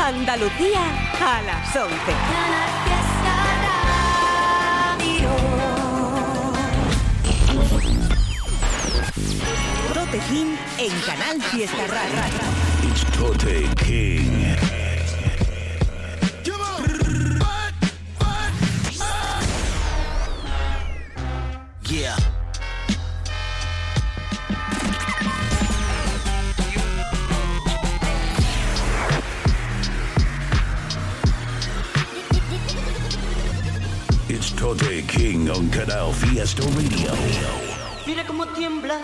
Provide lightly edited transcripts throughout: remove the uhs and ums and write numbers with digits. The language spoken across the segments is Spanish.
Andalucía a las 11. Tote King en Canal Fiesta Radio. It's Tote King. Yeah. It's Tote King on Canal Fiesta Radio. Mira cómo tiembla.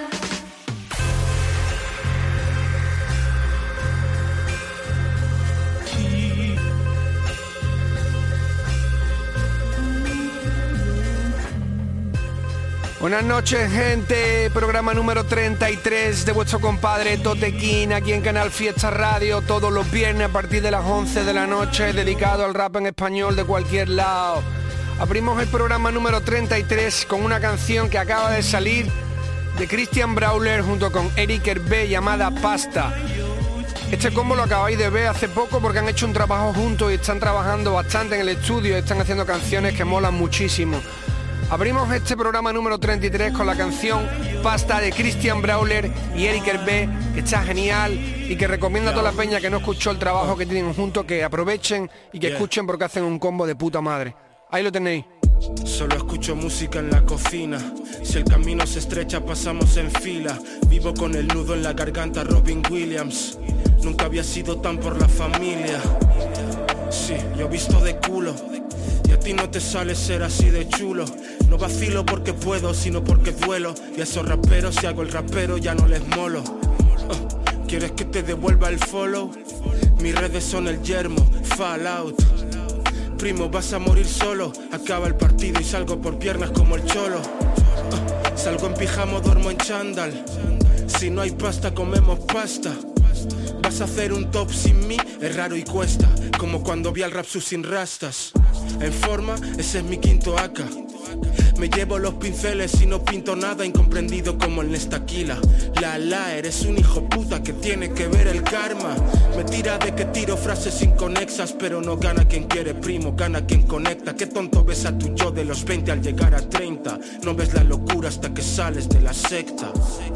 Buenas noches, gente. Programa número 33 de vuestro compadre Tote King aquí en Canal Fiesta Radio, todos los viernes a partir de las 11 de la noche, dedicado al rap en español de cualquier lado. Abrimos el programa número 33 con una canción que acaba de salir de Christian Brawler junto con Eric Hervé, llamada Pasta. Este combo lo acabáis de ver hace poco porque han hecho un trabajo juntos y están trabajando bastante en el estudio, están haciendo canciones que molan muchísimo. Abrimos este programa número 33 con la canción Pasta de Christian Brawler y Eric Hervé, que está genial y que recomiendo a toda la peña que no escuchó el trabajo que tienen juntos, que aprovechen y que escuchen porque hacen un combo de puta madre. Ahí lo tenéis. Solo escucho música en la cocina. Si el camino se estrecha pasamos en fila. Vivo con el nudo en la garganta, Robin Williams. Nunca había sido tan por la familia. Sí, yo visto de culo y a ti no te sale ser así de chulo. No vacilo porque puedo, sino porque duelo. Y a esos raperos, si hago el rapero, ya no les molo. ¿Quieres que te devuelva el follow? Mis redes son el yermo, Fallout. Primo, vas a morir solo. Acaba el partido y salgo por piernas como el cholo. Salgo en pijama, duermo en chándal. Si no hay pasta, comemos pasta. Vas a hacer un top sin mí, es raro y cuesta. Como cuando vi al Rapsu sin rastas. En forma, ese es mi quinto AK. Me llevo los pinceles y no pinto nada, incomprendido como el Nestaquila. Eres un hijo puta que tiene que ver el karma. Me tira de que tiro frases inconexas, pero no gana quien quiere, primo, gana quien conecta. Qué tonto ves a tu yo de los 20 al llegar a 30. No ves la locura hasta que sales de la secta.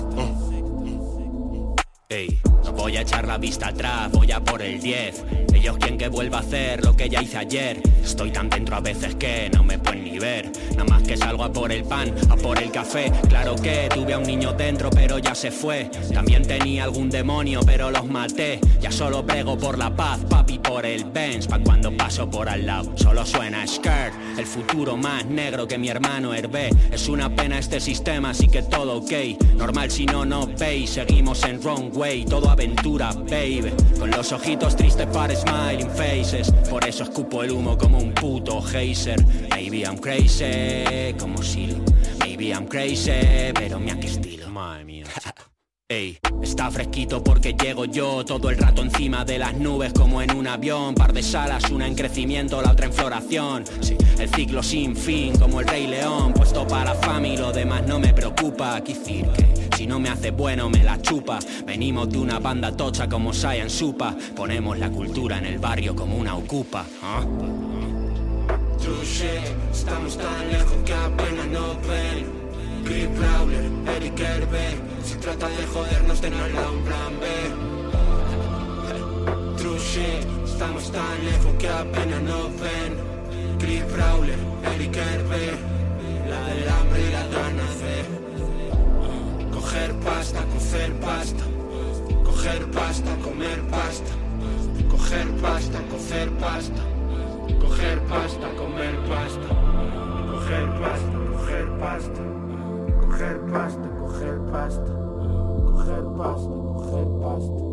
Ey, no voy a echar la vista atrás, voy a por el 10. Ellos quieren que vuelva a hacer lo que ya hice ayer. Estoy tan dentro a veces que no me pueden ni ver. Nada más que salgo a por el pan, a por el café. Claro que tuve a un niño dentro pero ya se fue. También tenía algún demonio pero los maté. Ya solo prego por la paz, papi, por el Benz. Pa' cuando paso por al lado solo suena Skirt. El futuro más negro que mi hermano Hervé. Es una pena este sistema, así que todo ok. Normal si no, no veis. Seguimos en wrong way, todo aventura, baby. Con los ojitos tristes para smiling faces. Por eso escupo el humo como un puto geyser. Maybe I'm crazy, como Silo. Maybe I'm crazy, pero mira qué estilo. Madre mía. Ey, está fresquito porque llego yo todo el rato encima de las nubes como en un avión. Par de salas, una en crecimiento, la otra en floración. Sí, el ciclo sin fin como el Rey León. Puesto para la familia, lo demás no me preocupa. Qué decir que si no me hace bueno me la chupa. Venimos de una banda tocha como Saiyan Supa. Ponemos la cultura en el barrio como una ocupa. True shit, estamos tan lejos que apenas nos ven. Chris Brawler, Eric Hervé. Si trata de jodernos, tenerla un plan B. True shit, estamos tan lejos que apenas nos ven. Chris Brawler, Eric Hervé. La del hambre y la ganas de coger pasta, cocer pasta. Coger pasta, comer pasta. Coger pasta, cocer pasta. Coger pasta, comer pasta. Coger pasta, coger pasta. Coger pasta, coger pasta. Coger pasta, coger pasta.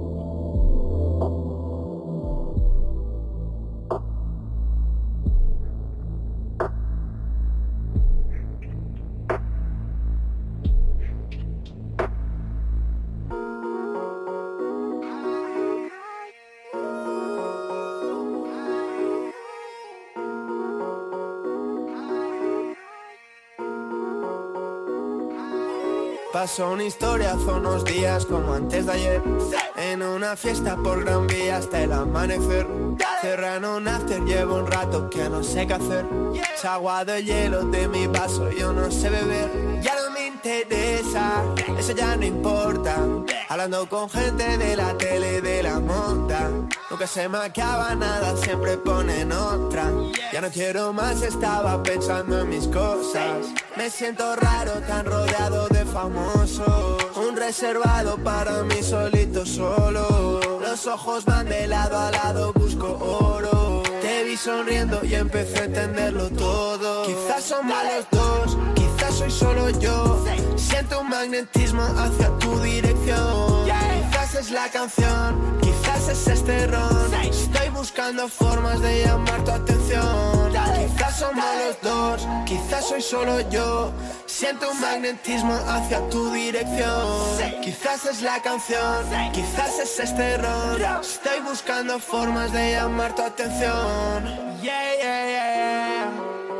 Pasó una historia hace unos días como antes de ayer. En en una fiesta por Gran Vía hasta el amanecer. Cerran un after, llevo un rato que no sé qué hacer. Se ha aguado el hielo de mi vaso, yo no sé beber. Ya no me interesa, eso ya no importa. Hablando con gente de la tele, de la monta. Nunca se me acaba nada, siempre ponen otra. Ya no quiero más, estaba pensando en mis cosas. Me siento raro, tan rodeado de famosos. Un reservado para mí solito solo. Los ojos van de lado a lado, busco oro. Te vi sonriendo y empecé a entenderlo todo. Quizás somos los dos, quizás soy solo yo. Siento un magnetismo hacia tu dirección. Quizás es la canción, quizás es este ron. Estoy buscando formas de llamar tu atención. Quizás somos los dos, quizás soy solo yo. Siento un magnetismo hacia tu dirección. Quizás es la canción, quizás es este ron. Estoy buscando formas de llamar tu atención. Yeah, yeah, yeah.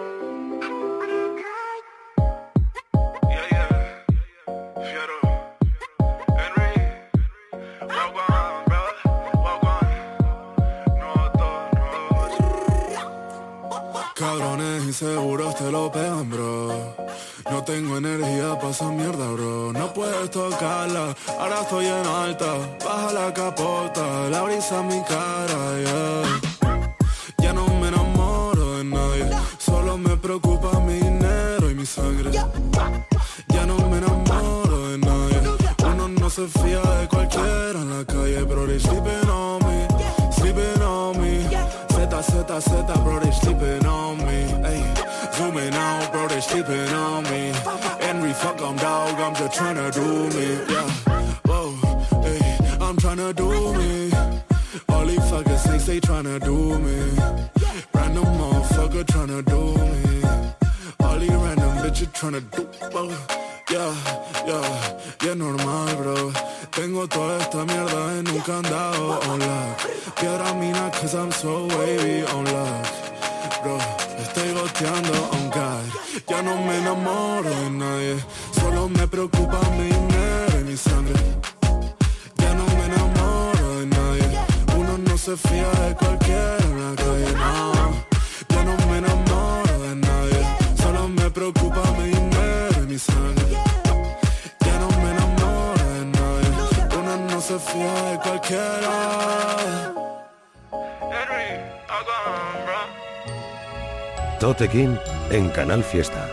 Cabrones inseguros te lo pegan, bro. No tengo energía pa' esa mierda, bro. No puedes tocarla, ahora estoy en alta. Baja la capota, la brisa en mi cara, yeah. Ya no me enamoro de nadie, solo me preocupa mi dinero y mi sangre. Ya no me enamoro de nadie, uno no se fía de cualquiera en la calle, bro. They sleeping on me, sleeping on me. Z, bro, they sleeping on me. Ay, zooming out, bro, they sleeping on me. Henry, fuck 'em, dog, I'm just tryna do me. Yeah, whoa, ay, I'm tryna do me. All these fucking snakes, they tryna do me. Random motherfucker tryna do me. All these random bitches tryna do me. Yeah, normal, bro. Tengo toda esta mierda en un candado on lock. Piedra mina cause I'm so wavy on lock. Bro, estoy goteando on God. Ya no me enamoro de nadie, solo me preocupa mi dinero y mi sangre. Ya no me enamoro de nadie, uno no se fía de cualquiera en la calle, no. Ya no me enamoro de nadie, solo me preocupa mi dinero y mi sangre. Se fía de cualquiera. Tote King en Canal Fiesta.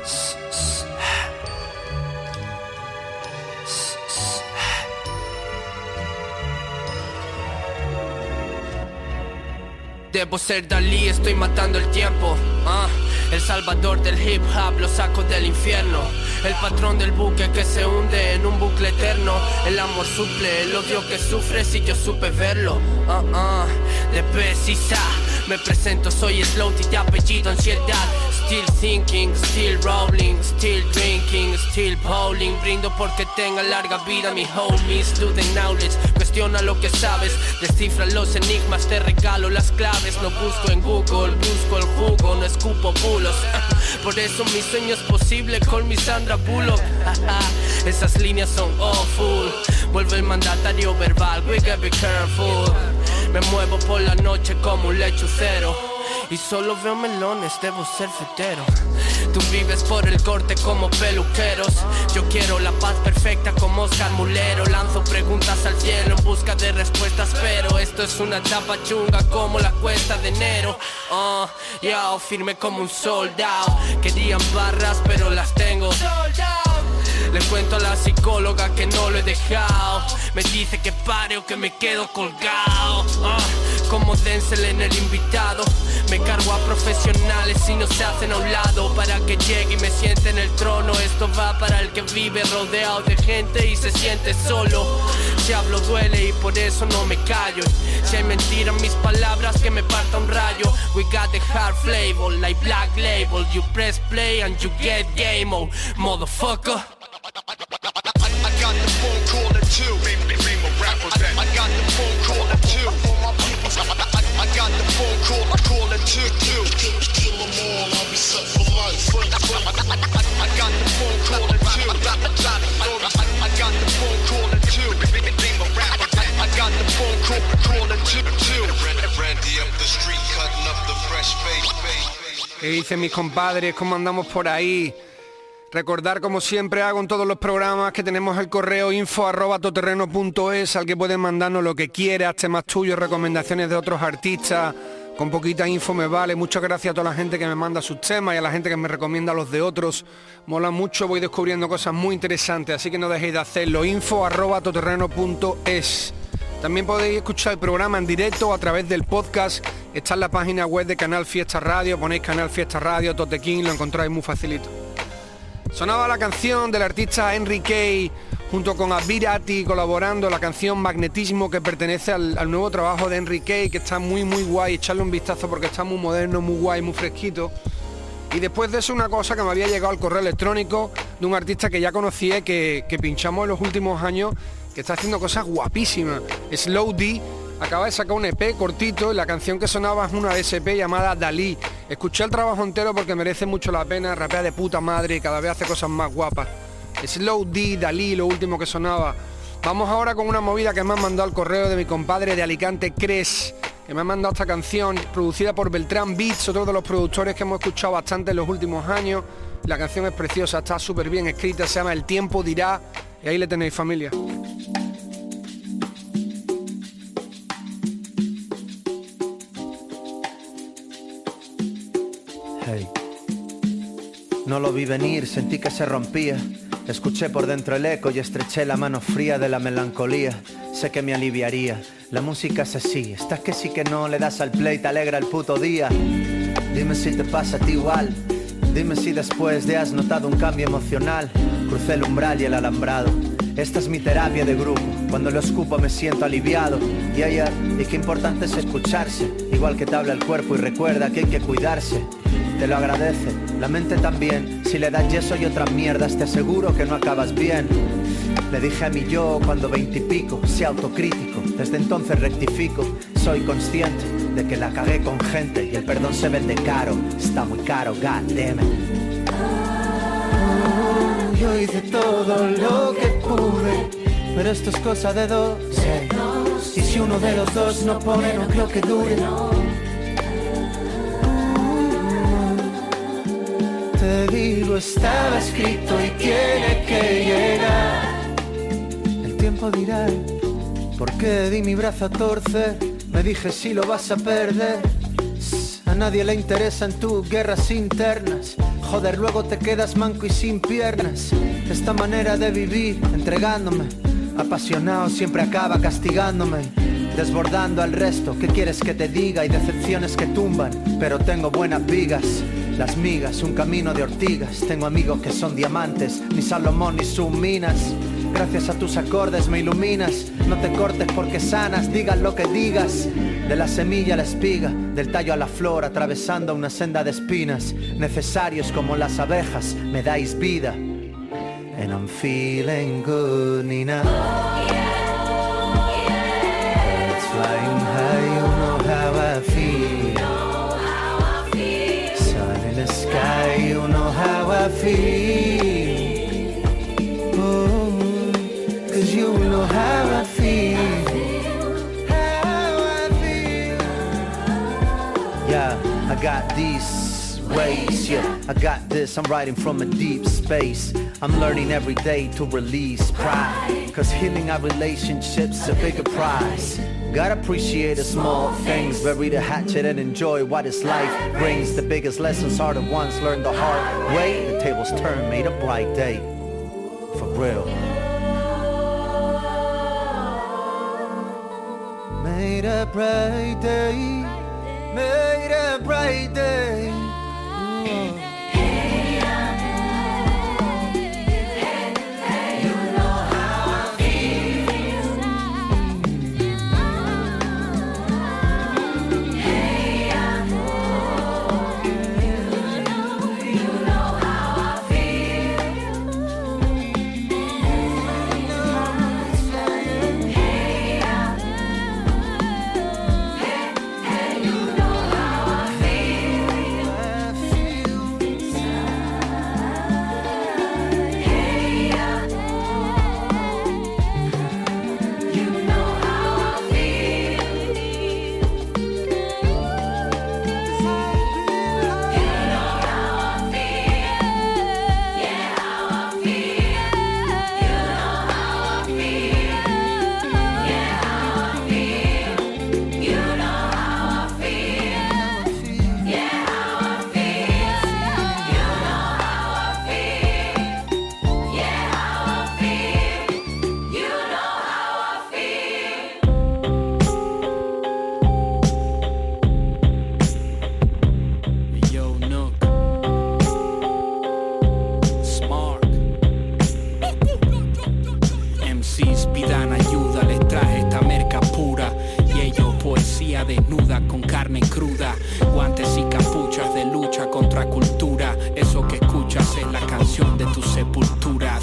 Debo ser Dalí, estoy matando el tiempo. El salvador del hip hop, lo saco del infierno. El patrón del buque que se hunde en un bucle eterno. El amor suple, el odio que sufre si yo supe verlo. De precisa, me presento, soy Slowty de apellido ansiedad. Still thinking, still rolling, still drinking, still bowling. Brindo porque tenga larga vida mi homies. Do the knowledge, cuestiona lo que sabes. Descifra los enigmas, te regalo las claves. No busco en Google, busco el jugo, no escupo bulos. Por eso mi sueño es posible con mi Sandra Bullock. Esas líneas son awful. Vuelve el mandatario verbal, we gotta be careful. Me muevo por la noche como un lechucero y solo veo melones, debo ser fetero. Tú vives por el corte como peluqueros. Yo quiero la paz perfecta como Oscar Mulero. Lanzo preguntas al cielo en busca de respuestas, pero esto es una etapa chunga como la cuesta de enero. Yo firme como un soldado. Querían barras pero las tengo. Le cuento a la psicóloga que no lo he dejado. Me dice que pare o que me quedo colgado. Como Denzel en El Invitado. Me cargo a profesionales y no se hacen a un lado para que llegue y me siente en el trono. Esto va para el que vive rodeado de gente y se siente solo. Si hablo duele y por eso no me callo. Si hay mentira en mis palabras que me parta un rayo. We got the hard flavor like Black Label. You press play and you get game on, motherfucker. I got the phone call at 2. I got the phone call at 2. I got the phone call at 2. Kill them all, I'll be set for life. I got the phone call at 2. I got the phone call at 2. I got the phone ¿Qué dicen mis compadres? ¿Cómo andamos por ahí? Recordar, como siempre hago en todos los programas, que tenemos el correo info@todoterreno.es, al que pueden mandarnos lo que quieras, temas tuyos, recomendaciones de otros artistas. Con poquita info me vale. Muchas gracias a toda la gente que me manda sus temas y a la gente que me recomienda los de otros. Mola mucho, voy descubriendo cosas muy interesantes, así que no dejéis de hacerlo. info@todoterreno.es. También podéis escuchar el programa en directo a través del podcast. Está en la página web de Canal Fiesta Radio. Ponéis Canal Fiesta Radio, Tote King, lo encontráis muy facilito. Sonaba la canción del artista Henry Kay junto con Abirati colaborando, la canción Magnetismo, que pertenece al nuevo trabajo de Henry Kay, que está muy guay. Echarle un vistazo porque está muy moderno, muy guay, muy fresquito. Y después de eso, una cosa que me había llegado al correo electrónico de un artista que ya conocía, que pinchamos en los últimos años, que está haciendo cosas guapísimas. Slow D acaba de sacar un EP cortito y la canción que sonaba es una de ese EP llamada Dalí. Escuché el trabajo entero porque merece mucho la pena, rapea de puta madre y cada vez hace cosas más guapas. Slow D, Dalí, lo último que sonaba. Vamos ahora con una movida que me han mandado al correo de mi compadre de Alicante, Cres, que me ha mandado esta canción producida por Beltrán Beats, otro de los productores que hemos escuchado bastante en los últimos años. La canción es preciosa, está súper bien escrita, se llama El tiempo dirá, y ahí le tenéis, familia. Hey. No lo vi venir, sentí que se rompía. Escuché por dentro el eco y estreché la mano fría de la melancolía. Sé que me aliviaría. La música es así, estás que sí que no, le das al play, te alegra el puto día. Dime si te pasa a ti igual. Dime si después de has notado un cambio emocional. Crucé el umbral y el alambrado. Esta es mi terapia de grupo. Cuando lo escupo me siento aliviado. Y qué importante es escucharse. Igual que te habla el cuerpo y recuerda que hay que cuidarse. Te lo agradece, la mente también. Si le das yeso y otras mierdas, te aseguro que no acabas bien. Le dije a mi yo cuando 20 y pico, sé autocrítico. Desde entonces rectifico. Soy consciente de que la cagué con gente y el perdón se vende caro. Está muy caro, god damn it. Yo hice todo lo que pude, pero esto es cosa de dos. Y si uno de los dos no pone, no creo que dure. Te digo, estaba escrito y tiene que llegar. El tiempo dirá por qué di mi brazo a torcer. Me dije si lo vas a perder. A nadie le interesan tus guerras internas. Joder, luego te quedas manco y sin piernas. Esta manera de vivir, entregándome, apasionado siempre acaba castigándome, desbordando al resto. ¿Qué quieres que te diga? Hay decepciones que tumban, pero tengo buenas vigas. Las migas, un camino de ortigas. Tengo amigos que son diamantes, ni Salomón ni sus minas. Gracias a tus acordes me iluminas. No te cortes porque sanas, digas lo que digas. De la semilla a la espiga, del tallo a la flor, atravesando una senda de espinas. Necesarios como las abejas, me dais vida. And I'm feeling good, Nina. Birds flying high, you know how I feel. The sky, you know how I feel. Oh, 'cause you know how I feel. How I feel. Yeah, I got these ways, yeah, I got this, I'm writing from a deep space. I'm learning every day to release pride, 'cause healing our relationships is a bigger prize. Gotta appreciate the small things, bury the hatchet and enjoy what this life brings. The biggest lessons are the ones learned the hard way. The tables turn, made a bright day, for real. Made a bright day, made a bright day. desnuda con carne cruda, guantes y capuchas de lucha contra cultura. Eso que escuchas es la canción de tu sepultura.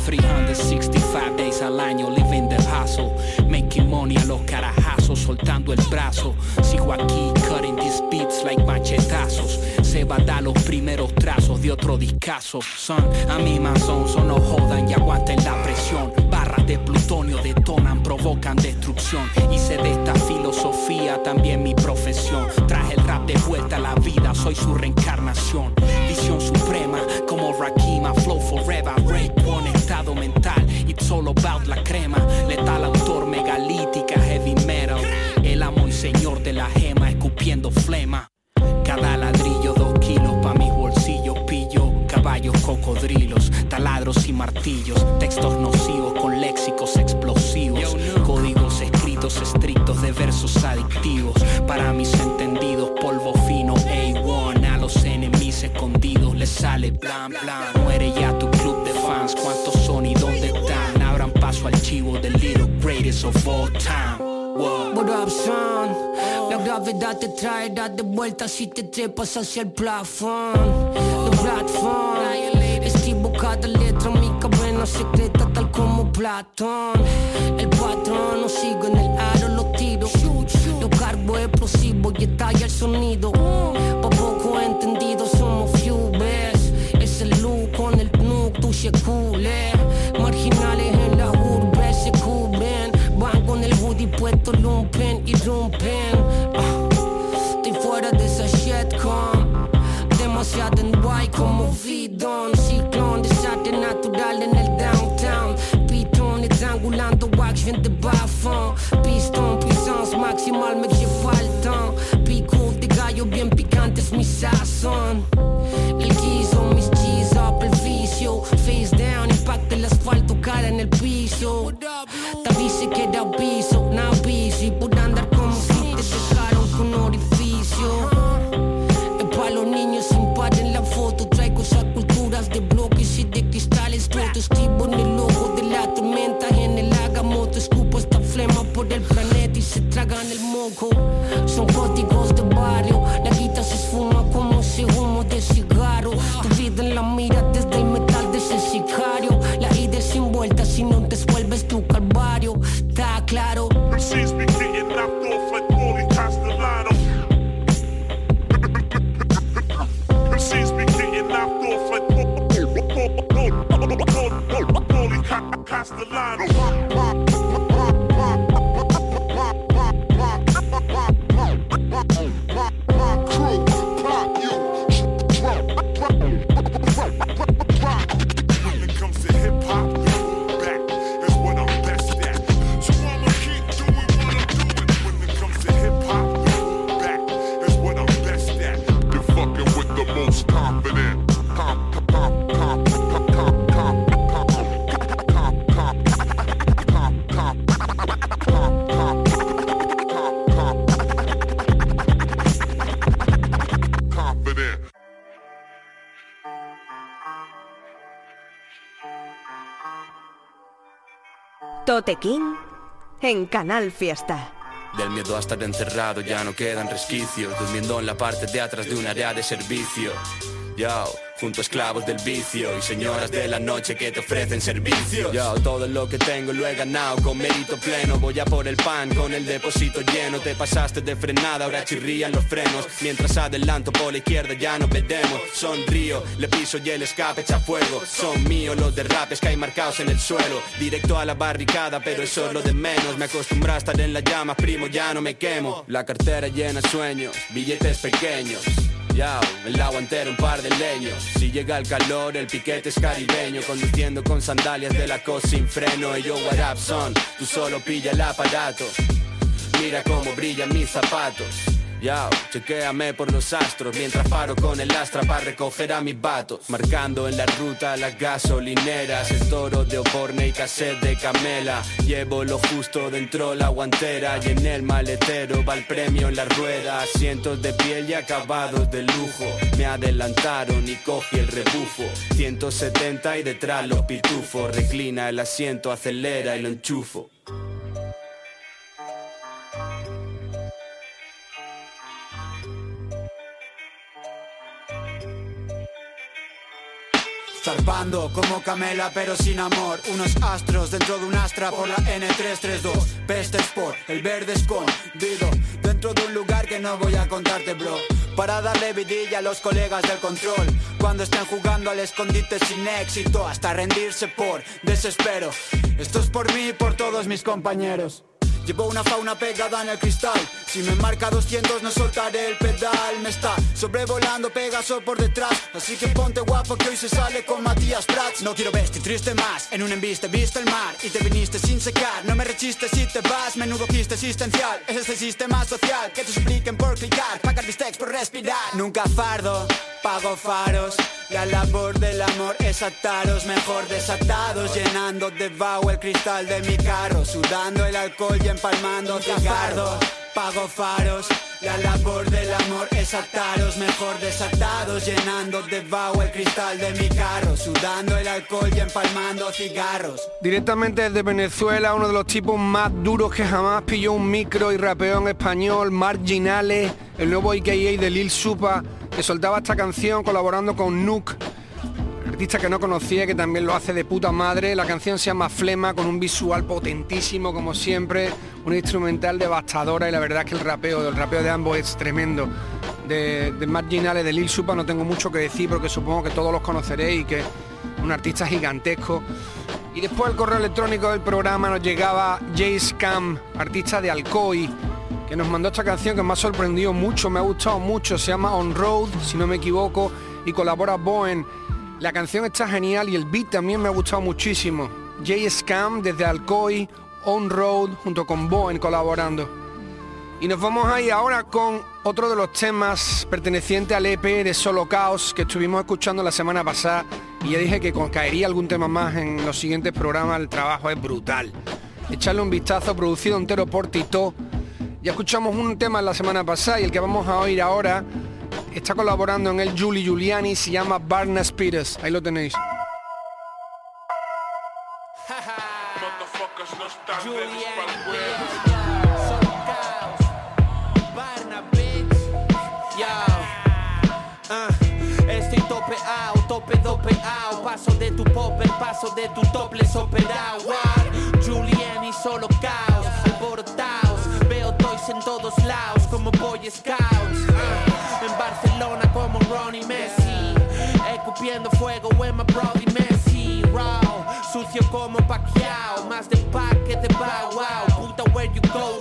365 days al año, living the hustle, making money a los carajazos, soltando el brazo. Sigo aquí, cutting these beats like machetazos. Se va a dar los primeros trazos de otro discazo. Son a mi manzón, no jodan y aguanten la presión. Barras de plutonio detonan, provocan destrucción. Hice de esta filosofía también mi profesión. Traje el rap de vuelta a la vida, soy su reencarnación. Visión suprema como Rakima, flow forever, break one, estado mental. It's all about la crema, letal autor megalítica, heavy metal. El amo y señor de la gema, escupiendo flema. Cada ladrillo 2 kilos pa' mis bolsillos pillo. Caballos, cocodrilos, taladros y martillos. Textos nocivos con léxicos explosivos. Códigos escritos estrictos de versos adictivos. Para mis entendidos, polvo fino A1. A los enemigos escondidos les sale blan blan. Muere ya tu club de fans, ¿cuántos son y dónde están? Abran paso al chivo del little greatest of all time. What up, son? La gravedad te traerá de vuelta si te trepas hacia el plafón. The platform. Escribo cada letra en mi caverna secreta tal como Platón. El patrón, no sigo en el aro, lo tiro. Yo cargo explosivo y estalla el sonido. Pa' poco entendido, somos few, ¿ves? Es el look con el nuke, tu shekule. Marginales en la urbe se cubren. Van con el hoodie puesto, lumpen y rompen. Estoy fuera de esa shitcom. Demasiado en guay como Vidon. Ciclón, desastre natural en el downtown. Pitón, estrangulando wax, gente bafón. Pistón, pisons, maximal me que faltan. Pico de gallo bien picante es mi sazón. El quiso, mis cheese up, el vicio. Face down, impacta el asfalto, cara en el piso. Te avise que era piso, now busy. Por andar como si te dejaron con orificio. Es pa' los niños sin par en la foto. Traigo esas culturas de bloques y de cristales rotos. Escribo en el ojo de la tormenta. En el agamoto escupo esta flema por el planeta y se tragan el moco. Son códigos de barrio. La guita se esfuma como ese humo de cigarro. Tu vida en la mira desde el metal de ese sicario. La ida es sin vuelta si no te vuelves tu calvario. Está claro. MCs be getting knocked off like Paulie Castellano. MCs be getting knocked off like Paulie Castellano. Tote King en Canal Fiesta. Del miedo a estar encerrado ya no quedan resquicios, durmiendo en la parte de atrás de un área de servicio. Yo, junto a esclavos del vicio y señoras de la noche que te ofrecen servicio. Yo, todo lo que tengo lo he ganado con mérito pleno. Voy a por el pan con el depósito lleno. Te pasaste de frenada, ahora chirrían los frenos. Mientras adelanto por la izquierda ya nos veremos. Sonrío, le piso y el escape echa fuego. Son míos los derrapes que hay marcados en el suelo. Directo a la barricada, pero eso es lo de menos. Me acostumbré a estar en las llamas, primo, ya no me quemo. La cartera llena de sueños, billetes pequeños. Ya, el agua entera un par de leños. Si llega el calor, el piquete es caribeño. Conduciendo con sandalias de la costa sin freno. Y yo, what up, son, tú solo pilla el aparato. Mira cómo brillan mis zapatos. Ya, chequéame por los astros mientras paro con el Astra para recoger a mis vatos. Marcando en la ruta las gasolineras, el toro de Oporne y cassette de Camela. Llevo lo justo dentro la guantera y en el maletero va el premio en la rueda. Asientos de piel y acabados de lujo, me adelantaron y cogí el rebufo. 170 y detrás los pitufos, reclina el asiento, acelera y lo zarpando como Camela pero sin amor. Unos astros dentro de un Astra por la N332. Peste Sport, el verde escondido dentro de un lugar que no voy a contarte, bro, para darle vidilla a los colegas del control cuando estén jugando al escondite sin éxito, hasta rendirse por desespero. Esto es por mí y por todos mis compañeros. Llevo una fauna pegada en el cristal. Si me marca 200 no soltaré el pedal. Me está sobrevolando Pegaso por detrás. Así que ponte guapo que hoy se sale con Matías Prats. No quiero verte triste más. En un embiste viste el mar y te viniste sin secar. No me rechistes si te vas. Menudo quiste existencial. Es este sistema social que te supliquen por clicar. Pagar bistecs por respirar. Nunca fardo, pago faros. La labor del amor es ataros, mejor desatados, llenando de vaho el cristal de mi carro, sudando el alcohol y empalmando cigarro. Pago faros, la labor del amor es ataros, mejor desatados, llenando de vaho el cristal de mi carro, sudando el alcohol y empalmando cigarros. Directamente desde Venezuela, uno de los tipos más duros que jamás pilló un micro y rapeó en español, Marginales, el nuevo AKA de Lil Supa, que soltaba esta canción colaborando con Nuke, artista que no conocía, que también lo hace de puta madre. La canción se llama Flema, con un visual potentísimo como siempre, una instrumental devastadora, y la verdad es que el rapeo de ambos es tremendo. De Marginales, de Lil Supa, no tengo mucho que decir porque supongo que todos los conoceréis y que es un artista gigantesco. Y después el correo electrónico del programa nos llegaba Jay Scam, artista de Alcoy, que nos mandó esta canción que me ha sorprendido mucho, me ha gustado mucho, se llama On Road, si no me equivoco, y colabora Boen. La canción está genial y el beat también me ha gustado muchísimo. Jay Scam desde Alcoy, On Road, junto con Boen colaborando. Y nos vamos a ir ahora con otro de los temas perteneciente al EP de Solo Caos que estuvimos escuchando la semana pasada, y ya dije que caería algún tema más en los siguientes programas. El trabajo es brutal. Echarle un vistazo, producido entero por Tito. Ya escuchamos un tema la semana pasada y el que vamos a oír ahora está colaborando en el Julie Giuliani, se llama Barna Spears. Ahí lo tenéis. Estoy topeao, paso de tu popper, paso de tu topless operao. Giuliani, solo caos, alborotaos, veo toys en todos lados como Boy Scouts. En Barcelona como Ronnie Messi, escupiendo fuego en my brody Messi. Raw, sucio como Pacquiao, más de pack que de Bow Wow. Puta, where you go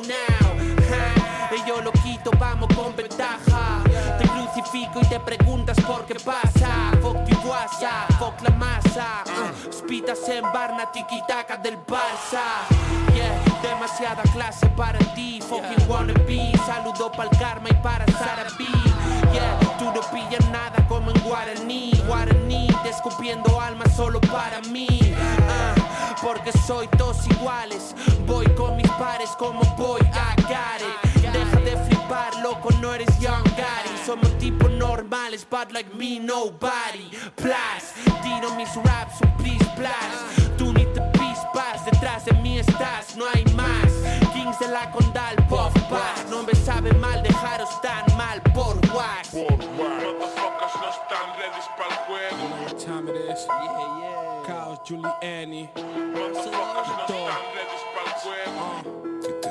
now? Y yo lo quito, vamos con ventaja. Te crucifico y te preguntas por qué pasa. Fuck you guasa, fuck la masa. Spitas en Barna, tiki-taka del Barça. Yeah, demasiada clase para ti, fucking wannabe. Saludo pa'l karma y para Sarabí. Yeah, tú no pillas nada como en Guaraní. Guaraní, escupiendo almas solo para mí. Porque soy todos iguales. Voy con mis pares como voy a Gary. Deja de flipar, loco, no eres Young Gary. Somos tipos normales, but like me, nobody. Plus, tiro mis raps, un please, plus. Tú ni te pispas, detrás de mí estás, no hay más. Kings de la Condal, puff, pass. No me sabe mal dejaros tan mal por wax. Motherfuckers no están ready para el juego. What time it is? Caos, Giuliani. Motherfuckers no están ready para el juego.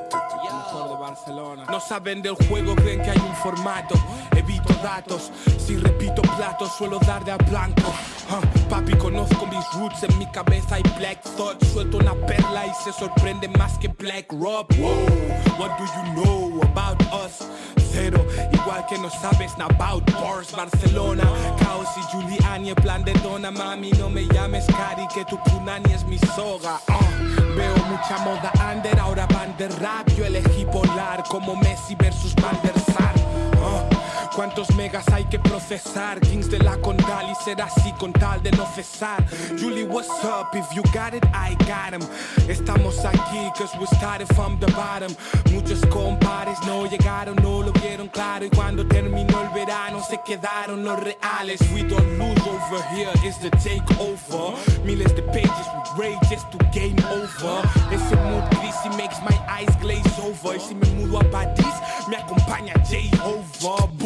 De Barcelona. No saben del juego, creen que hay un formato. Evito datos, si repito platos suelo dar de a blanco. Papi, conozco mis roots, en mi cabeza hay black thought. Suelto una perla y se sorprende más que Black Rob. Wow, what do you know about us? Cero, igual que no sabes nada about bars. Barcelona, Caos y Giuliani, en plan de dona. Mami, no me llames Cari, que tu punani es mi soga. Veo mucha moda under, ahora van de rap. Yo elegí volar como Messi versus Van der Sar. ¿Cuántos megas hay que procesar? Kings de la Condal y ser así con tal de no cesar. Julie, what's up? If you got it, I got him. Estamos aquí cause we started from the bottom. Muchos compares no llegaron, no lo vieron claro. Y cuando terminó el verano se quedaron los reales. We don't lose over here, it's the takeover. Miles de pages with rage just to game over. Ese mood greasy makes my eyes glaze over. Y si me mudo a París, me acompaña Jehovah.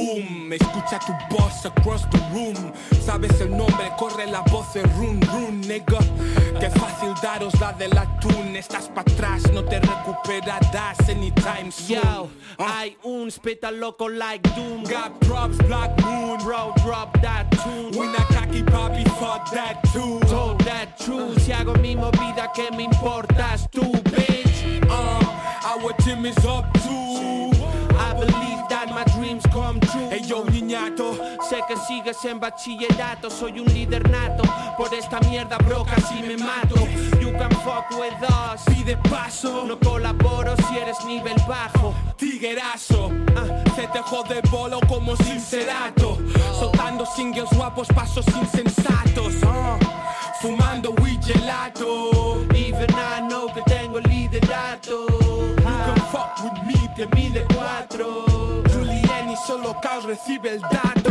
boom. Escucha tu voz across the room. Sabes el nombre, corre la voz de run run, nigga. Qué fácil daros la del atún. Estás pa' atrás, no te recuperarás anytime soon. Yo, hay un spita loco like Doom. Got props, Black Moon. Bro, drop that tune. Winakaki, papi, fuck that too. Told that true. Si hago mi movida, ¿qué me importas tú, bitch? Our team is up too. I believe that my dreams come true. Hey yo, niñato. Sé que sigues en bachillerato. Soy un líder nato. Por esta mierda, bro, casi me mato. You can fuck with us. Pide paso. No colaboro si eres nivel bajo. Tiguerazo. Se te jode bolo como sincerato. Soltando singles guapos, pasos insensatos. Fumando weed gelato. Even I know que tengo liderato. You can fuck with me, te mide 4. Juliani solo caos recibe el dato.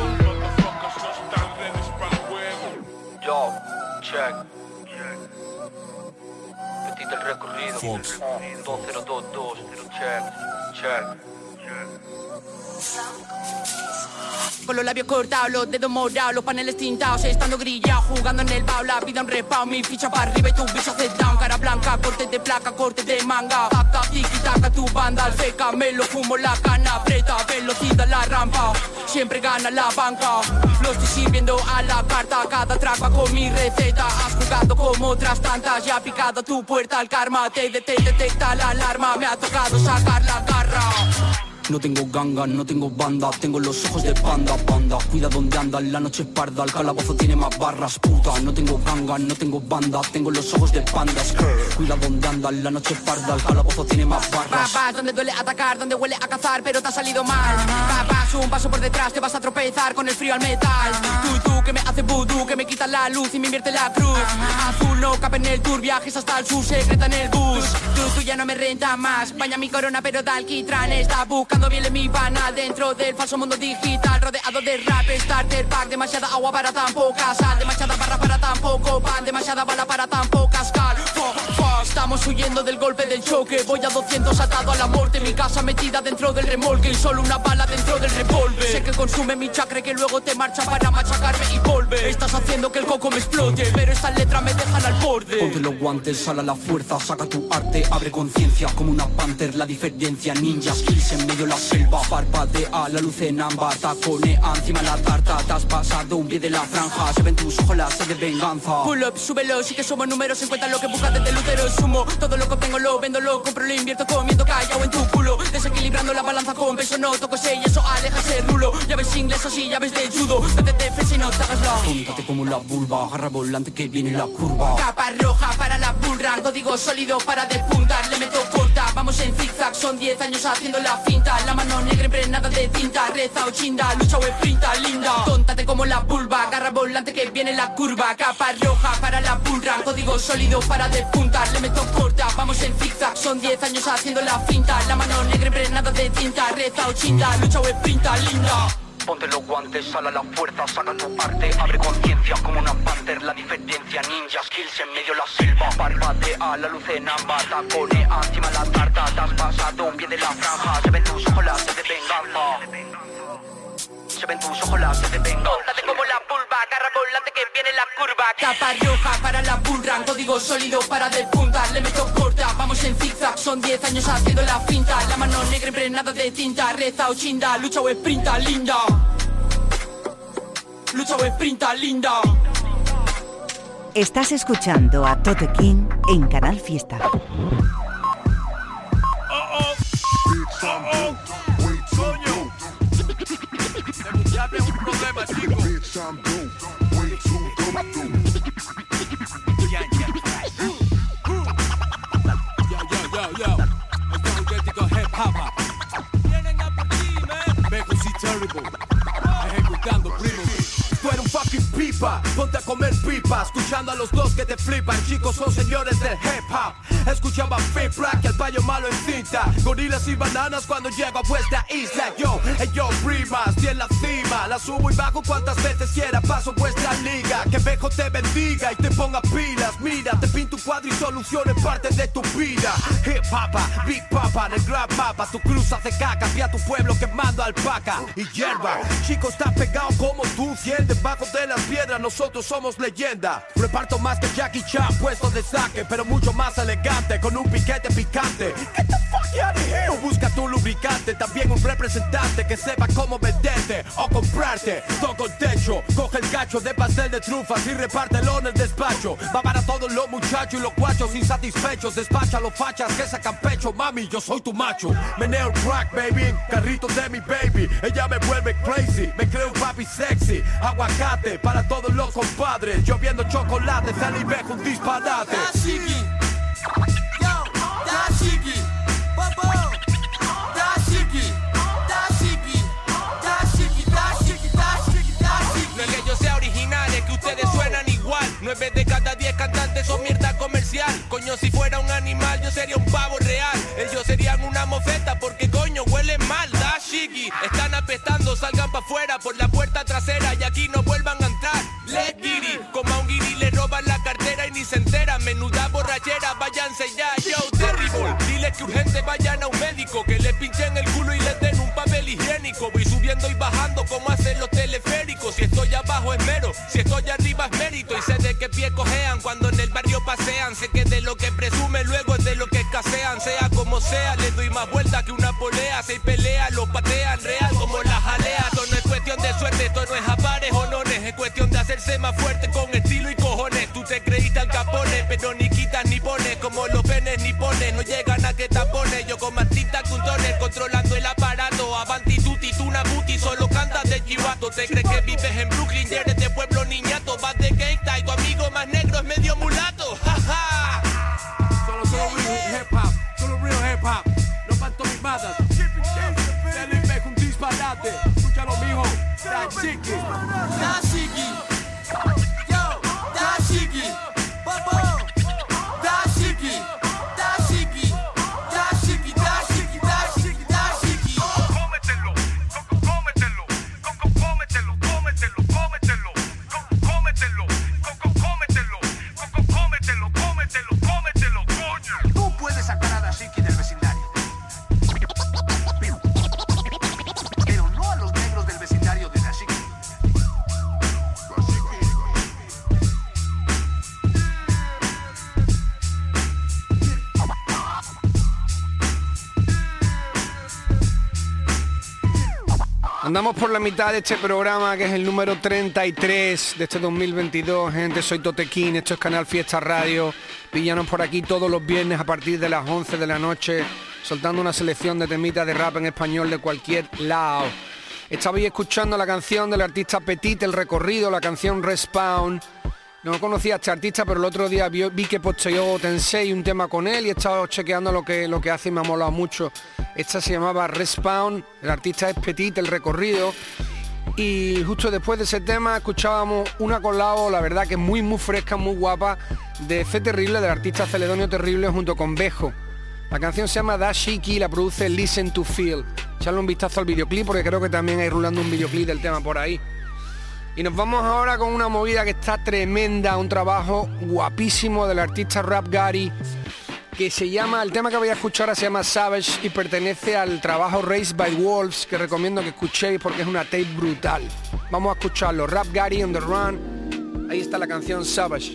Yo, check. Petit el recorrido. 2022, check. Con los labios cortados, los dedos morados, los paneles tintados, estando grillado, jugando en el bao, la vida un repao, mi ficha para arriba y tu bicho hace down, cara blanca, corte de placa, corte de manga, taca, tiki, taca, tu banda, al feca, me lo fumo la cana, aprieta, velocidad la rampa, siempre gana la banca, lo estoy sirviendo a la carta, cada track va con mi receta, has jugado como otras tantas, ya ha picado tu puerta al karma, te detecta la alarma, me ha tocado sacar la garra. No tengo ganga, no tengo banda, tengo los ojos de panda, panda. Cuida donde anda, la noche es parda, el calabozo tiene más barras, puta. No tengo ganga, no tengo banda, tengo los ojos de panda, skirt. Cuida donde anda, la noche es parda, el calabozo tiene más barras. Vas donde duele atacar, donde huele a cazar, pero te ha salido mal. Vas un paso por detrás, te vas a tropezar con el frío al metal. Tú que me hace vudú, que me quita la luz y me invierte la cruz. Azul no cabe en el tour, viajes hasta el sur, secreta en el bus. Tú ya no me renta más, baña mi corona pero da alquitrán, está buscando bien mi pana dentro del falso mundo digital, rodeado de rap, starter pack, demasiada agua para tan poca sal, demasiada barra para tan poco pan, demasiada bala para tan pocas cal. Estamos huyendo del golpe del choque, voy a 200 atado a la muerte, mi casa metida dentro del remolque y solo una bala dentro del revólver. Sé que consume mi chakra que luego te marcha para machacarme y volver. Estás haciendo que el coco me explote, pero estas letras me dejan al borde. Ponte los guantes, sal a la fuerza, saca tu arte, abre conciencia como una panther, la diferencia, ninja skills en medio la selva, parpadea la luz en ámbar, taconea encima la tarta, te has pasado un pie de la franja, se ven tus ojos la sed de venganza. Pull up, súbelo, sí que somos números, encuentra lo que buscas desde el útero, sumo, todo lo que obtengo lo vendo, lo compro, lo invierto comiendo callao en tu culo, desequilibrando la balanza con peso, no toco ese y eso aleja ese rulo, llaves inglés así, llaves de judo, no te defensa y no te hagas la. Póntate como la vulva, agarra volante que viene la curva. Capa roja para la bullrun, código sólido para despuntar, le meto corta, vamos en zigzag, son 10 años haciendo la finta, la mano negra impregnada de tinta, reza o chinda, lucha o sprinta, linda. Tóntate como la vulva, agarra volante que viene la curva, capa roja para la bullrun, código sólido para despuntar, le meto corta, vamos en zigzag, son 10 años haciendo la finta, la mano negra impregnada de tinta, reza o chinda, lucha o sprinta, linda. Ponte los guantes, sal a la fuerza, saca tu arte, abre conciencia como una panther, la diferencia, ninja skills en medio la selva, parpadea la luz en ámbar, taconea encima la tarta, te has pasado un pie de la franja, se ven tus ojos la sed de venganza. Se ven tus ojos la sed de venganza. Tóntate como la vulva, agarra volante que viene la curva, capa roja para la bullrun, código sólido para despuntar, le meto corta, vamos en zigzag, son 10 años haciendo la finta, la mano negra impregnada de tinta, reza o chinda, lucha o sprinta, linda. Lucha o sprinta, linda. Estás escuchando a Tote King en Canal Fiesta. Ya tengo un problema, chico. Yo. Este auténtico hip hop. Vienen a por ti, man. Mejor si terrible. Ejecutando primo. Tú eres un fucking pipa, ponte a comer pipa, escuchando a los dos que te flipan, chicos son señores del hip hop. Escuchaba Fit Black, el payo malo en cinta, gorilas y bananas cuando llego a vuestra isla. Yo, primas, y en la cima, rima, la subo y bajo cuantas veces quiera, paso vuestra liga. Que Bejo te bendiga y te ponga pilas. Mira, te pinto un cuadro y soluciones parte de tu vida. Hip hop, big papa, en el gran mapa. Tu cruz hace caca, vi a tu pueblo quemando alpaca y hierba. Chico, estás pegado como tú, 100 debajo de las piedras, nosotros somos leyenda. Reparto más que Jackie Chan, puesto de saque, pero mucho más elegante, con un piquete picante. Get the fuck out of here. O busca tu lubricante, también un representante que sepa cómo venderte o comprarte. Toco el techo, coge el cacho de pastel de trufas y repártelo en el despacho. Va para todos los muchachos y los guachos insatisfechos. Despacha a los fachas que sacan pecho, mami, yo soy tu macho. Meneo el crack, baby, carrito de mi baby. Ella me vuelve crazy, me creo un papi sexy. Aguacate para todos los compadres. Lloviendo chocolate, sale y Bejo un disparate. Dashiki, yo, Dashiki, bobo, Dashiki, Dashiki, Dashiki, Dashiki, Dashiki, Dashiki. No es que yo sea original, es que ustedes suenan igual. 9 de cada 10 cantantes son mierda comercial. Coño, si fuera un animal yo sería un pavo real. Ellos serían una mofeta porque coño huelen mal. Dashiki, están apestando, salgan pa' afuera por la puerta trasera y aquí no vuelvan a entrar. Let guiri, como a un guiri le roban la cartera y ni se entera. Menuda borrachera, váyanse ya, yo terrible. Diles que urgente vayan a un médico, que les pinchen el culo y les den un papel higiénico. Voy subiendo y bajando como hacen los teleféricos. Si estoy abajo es mero, si estoy arriba es mérito. Y sé de qué pie cojean cuando en el barrio pasean. Sé que de lo que presumen luego es de lo que escasean. Sea como sea, les doy más vueltas que una polea. Se pelea, los patean real como la jalea. Esto no es cuestión de suerte, esto no es a pares o nones. Es cuestión de hacerse más fuerte con estilo y cojones. Tú te creíste al Capone, pero ni quitas ni pones. Como los penes ni pones, no llegan a que tapones. Yo con más tinta que un tonel, controlando el aparato. Avanti tutti, tú una puti, solo cantas de chivato. Te crees que vives en Brooklyn y eres de pueblo niñato. Vas de gangsta y tu amigo más negro es medio mulato. Jaja. Solo real hip hop, solo real hip hop. No pantomimadas. Sale y Bejo un disparate. Escúchalo, mijo. Dashiki, Dashiki, yo, Dashiki, bobo, Dashiki, Dashiki, Dashiki, Dashiki, Dashiki, Dashiki. Cómetelo, cómetelo, cómetelo, cómetelo, cómetelo, cómetelo, cómetelo, cómetelo, cómetelo, cómetelo, coño. Tú puedes sacar a Dashiki del vecindario, pero no a los negros del vecindario de Dashiki. Andamos por la mitad de este programa, que es el número 33 de este 2022. Gente, soy Totequín, esto es Canal Fiesta Radio. Píllanos por aquí todos los viernes a partir de las 11 de la noche, soltando una selección de temitas de rap en español de cualquier lado. Estabais escuchando la canción del artista Petit, El Recorrido, la canción Respawn. No conocía a este artista, pero el otro día vi que posteó Tensei un tema con él y he estado chequeando lo que hace y me ha molado mucho. Esta se llamaba Respawn, el artista es Petit, El Recorrido. Y justo después de ese tema escuchábamos una collabo, la verdad que muy fresca, muy guapa, de Fe Terrible, del artista Celedonio Terrible junto con Bejo. La canción se llama Dashiki y la produce Listen to Feel. Echarle un vistazo al videoclip porque creo que también hay rulando un videoclip del tema por ahí. Y nos vamos ahora con una movida que está tremenda, un trabajo guapísimo del artista Rap Gary, que se llama, el tema que voy a escuchar ahora se llama Savage y pertenece al trabajo Raised by Wolves, que recomiendo que escuchéis porque es una tape brutal. Vamos a escucharlo, Rap Gary on the Run, ahí está la canción Savage.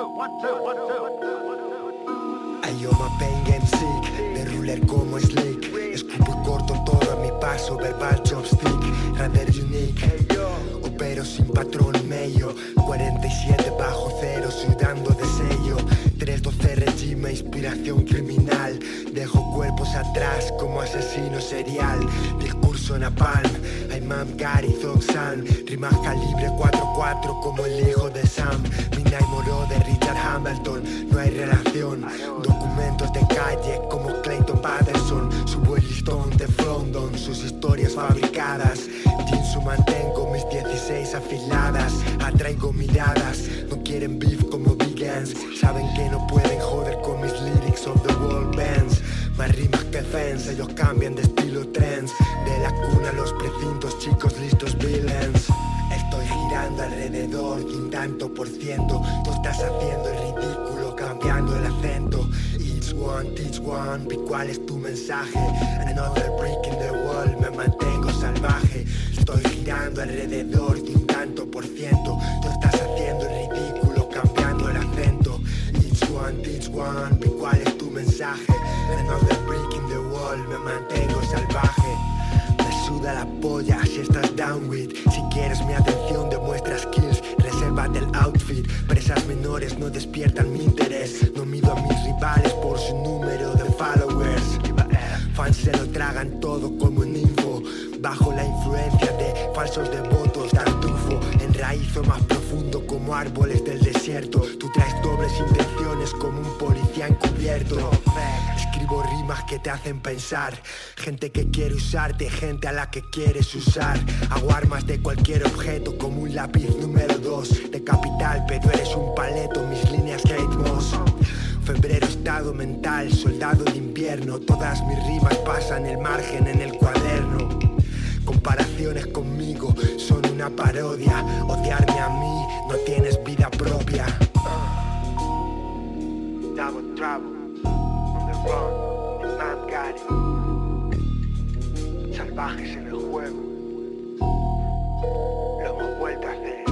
Ay, yo me venga en sick, de ruler como Slick, escupo y corto todo a mi paso, verbal chopstick, rather unique. Opero sin patrón medio, 47 bajo cero, sudando de sello, 312 regime, inspiración criminal, dejo cuerpos atrás como asesino serial, discurso napalm, Imam Gary Zoxan, rimas calibre 4-4 como el hijo de Sam, Midnight Moro de Richard Hamilton, no hay relación, documentos de calle como Clayton Patterson, subo el listón de Flondon, sus historias fabricadas, Jinsu mantengo mis 16 afiladas, atraigo miradas, no quieren beef como vegans, saben que no pueden joder con mis lyrics of the world bands, más rimas que fans, ellos cambian de estilo trends, de la cuna a los precintos chicos listos villains, tanto por ciento. Tú estás haciendo el ridículo, cambiando el acento. Each one, teach one, vi cuál es tu mensaje. Another break in the wall, me mantengo salvaje. Estoy girando alrededor de un tanto por ciento. Tú estás haciendo el ridículo, cambiando el acento. Each one, teach one, vi cuál es tu mensaje. Another break in the wall, me mantengo salvaje. Me suda la polla si estás down with. Si quieres mi atención demuestra skills. Resérvate el outfit. Presas menores no despiertan mi interés. No mido a mis rivales por su número de followers. Fans se lo tragan todo como en info. Bajo la influencia de falsos devotos, tartufo. Enraizo más profundo como árboles del desierto. Tú traes dobles intenciones como un policía encubierto. Escribo rimas que te hacen pensar. Gente que quiere usarte, gente a la que quieres usar. Hago armas de cualquier objeto como un lápiz número 2. De capital, pero eres un paleto, mis líneas Kate Moss. Febrero estado mental, soldado de invierno. Todas mis rimas pasan el margen en el cuaderno. Comparaciones conmigo son una parodia. Odiarme a mí, no tienes vida propia. Double trouble, on the run, the man got it. Salvajes en el juego, lo hemos vuelto a hacer.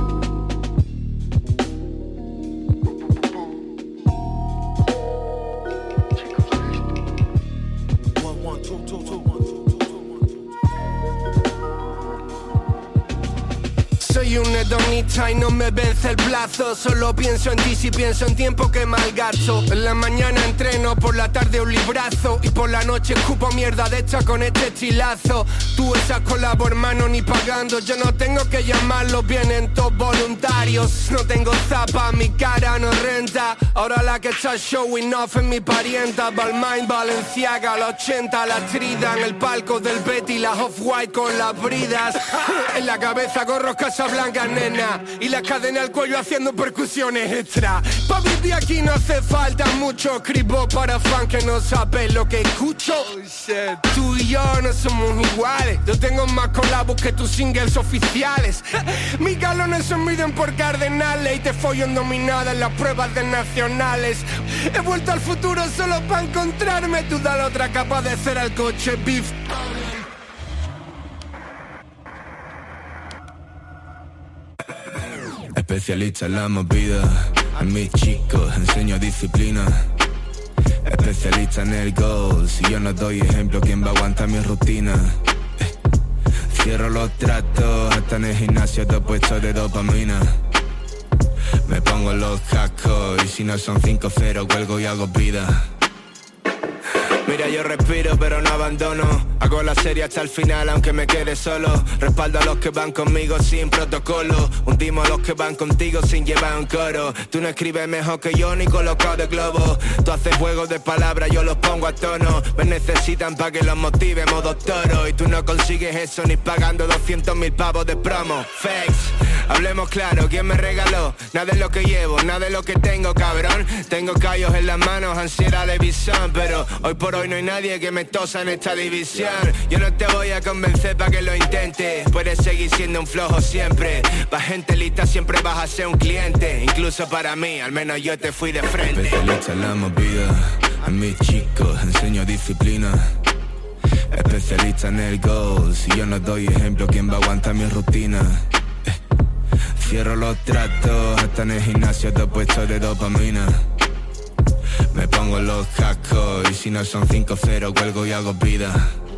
Soy un hedonista y no me vence el plazo. Solo pienso en ti si pienso en tiempo que malgasto. En la mañana entreno, por la tarde un librazo. Y por la noche escupo mierda de esta con este estilazo. Tú estás con la hermano ni pagando. Yo no tengo que llamarlos, vienen todos voluntarios. No tengo zapa, mi cara no renta. Ahora la que está showing off es mi parienta. Balmain, Valenciaga, la 80, la trida. En el palco del Betty, las Off-White con las bridas. En la cabeza gorros Casablanca, nena. Y la cadena al cuello haciendo percusiones extra. Pa' vivir aquí no hace falta mucho. Escribo para fan que no sabe lo que escucho. Tú y yo no somos iguales. Yo tengo más colabos que tus singles oficiales. Mis galones se miden por cardenales. Y te follo en dominada en las pruebas de nacionales. He vuelto al futuro solo para encontrarme. Tú dale otra capa de cera al coche beef. Especialista en la movida, a mis chicos enseño disciplina. Especialista en el gol, si yo no doy ejemplo, ¿quién va a aguantar mi rutina? Cierro los tratos, hasta en el gimnasio te he puesto de dopamina. Me pongo los cascos y si no son 5-0 cuelgo y hago vida. Mira, yo respiro pero no abandono. Hago la serie hasta el final aunque me quede solo. Respaldo a los que van conmigo sin protocolo. Hundimos a los que van contigo sin llevar un coro. Tú no escribes mejor que yo ni colocado de globo. Tú haces juegos de palabras, yo los pongo a tono. Me necesitan para que los motive modo toro. Y tú no consigues eso ni pagando 200.000 pavos de promo. Fakes, hablemos claro, ¿quién me regaló? Nada de lo que llevo, nada de lo que tengo, cabrón. Tengo callos en las manos, ansiedad de visión. Pero hoy por hoy no hay nadie que me tosa en esta división. Yo no te voy a convencer para que lo intentes. Puedes seguir siendo un flojo siempre. Pa' gente lista siempre vas a ser un cliente. Incluso para mí, al menos yo te fui de frente. Especialista en la movida, a mis chicos enseño disciplina. Especialista en el gol, si yo no doy ejemplo, ¿quién va a aguantar mi rutina? Cierro los tratos, hasta en el gimnasio te he puesto de dopamina. Me pongo los cascos y si no son 5-0 cuelgo y hago vida.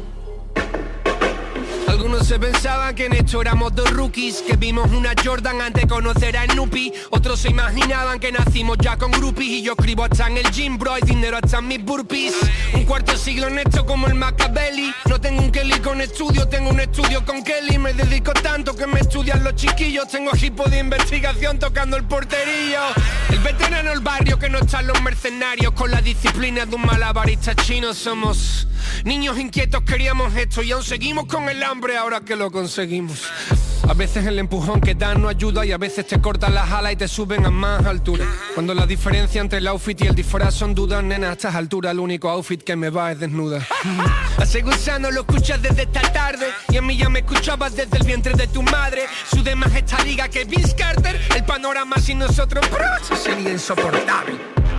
Algunos se pensaban que en esto éramos dos rookies, que vimos una Jordan antes de conocer a Snoopy. Otros se imaginaban que nacimos ya con groupies. Y yo escribo hasta en el gym, bro, hay dinero hasta en mis burpees. Un cuarto siglo en esto como el Machiavelli. No tengo un Kelly con estudio, tengo un estudio con Kelly. Me dedico tanto que me estudian los chiquillos. Tengo equipo de investigación tocando el porterillo. El veterano del barrio que no están los mercenarios. Con la disciplina de un malabarista chino. Somos niños inquietos, queríamos esto y aún seguimos con el hambre ahora que lo conseguimos. A veces el empujón que dan no ayuda y a veces te cortan las alas y te suben a más altura. Cuando la diferencia entre el outfit y el disfraz son dudas, nena, a estas alturas el único outfit que me va es desnuda. Hace gusano lo escuchas desde esta tarde y a mí ya me escuchabas desde el vientre de tu madre. Sude más esta liga que Vince Carter. El panorama sin nosotros, bro, sería insoportable.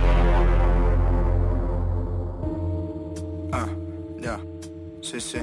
Ya, sí.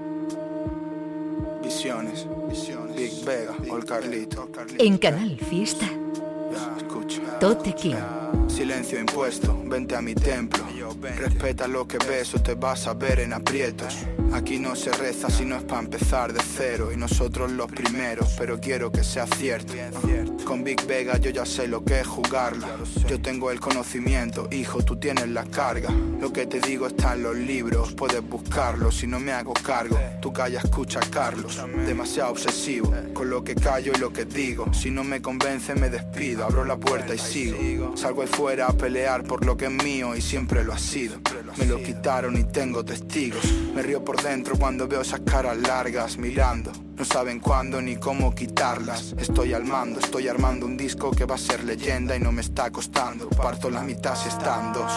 Visiones, Big Vega, Ol Carlito. En Canal Fiesta. Ya, escucha. Tote King. Silencio impuesto, vente a mi templo. Respeta lo que ves o te vas a ver en aprietos. Aquí no se reza si no es para empezar de cero. Y nosotros los primeros, pero quiero que sea cierto. Con Big Vega yo ya sé lo que es jugarla. Yo tengo el conocimiento, hijo, tú tienes la carga. Lo que te digo está en los libros, puedes buscarlo. Si no me hago cargo, tú calla, escucha a Carlos. Demasiado obsesivo con lo que callo y lo que digo. Si no me convence me despido, abro la puerta y sigo. Salgo ahí fuera a pelear por lo que es mío y siempre lo ha sido. Me lo quitaron y tengo testigos. Me río por dentro cuando veo esas caras largas mirando. No saben cuándo ni cómo quitarlas. Estoy al mando, estoy armando un disco que va a ser leyenda y no me está costando. Parto la mitad si están dos.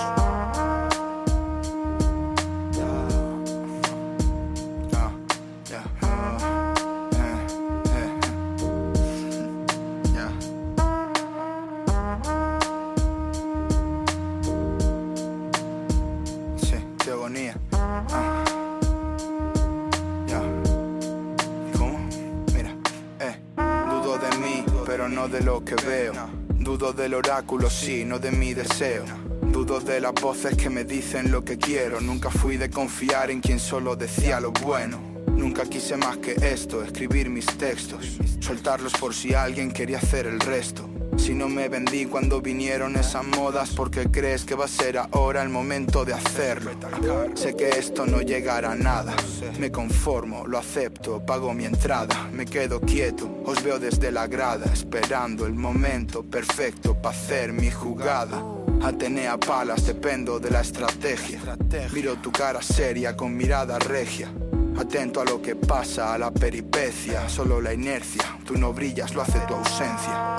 De lo que veo, dudo del oráculo, sí, no de mi deseo. Dudo de las voces que me dicen lo que quiero. Nunca fui de confiar en quien solo decía lo bueno. Nunca quise más que esto, escribir mis textos, soltarlos por si alguien quería hacer el resto. Si no me vendí cuando vinieron esas modas, ¿por qué crees que va a ser ahora el momento de hacerlo? Sé que esto no llegará a nada. Me conformo, lo acepto, pago mi entrada. Me quedo quieto, os veo desde la grada, esperando el momento perfecto para hacer mi jugada. Atenea palas, dependo de la estrategia. Miro tu cara seria con mirada regia. Atento a lo que pasa, a la peripecia. Solo la inercia, tú no brillas, lo hace tu ausencia.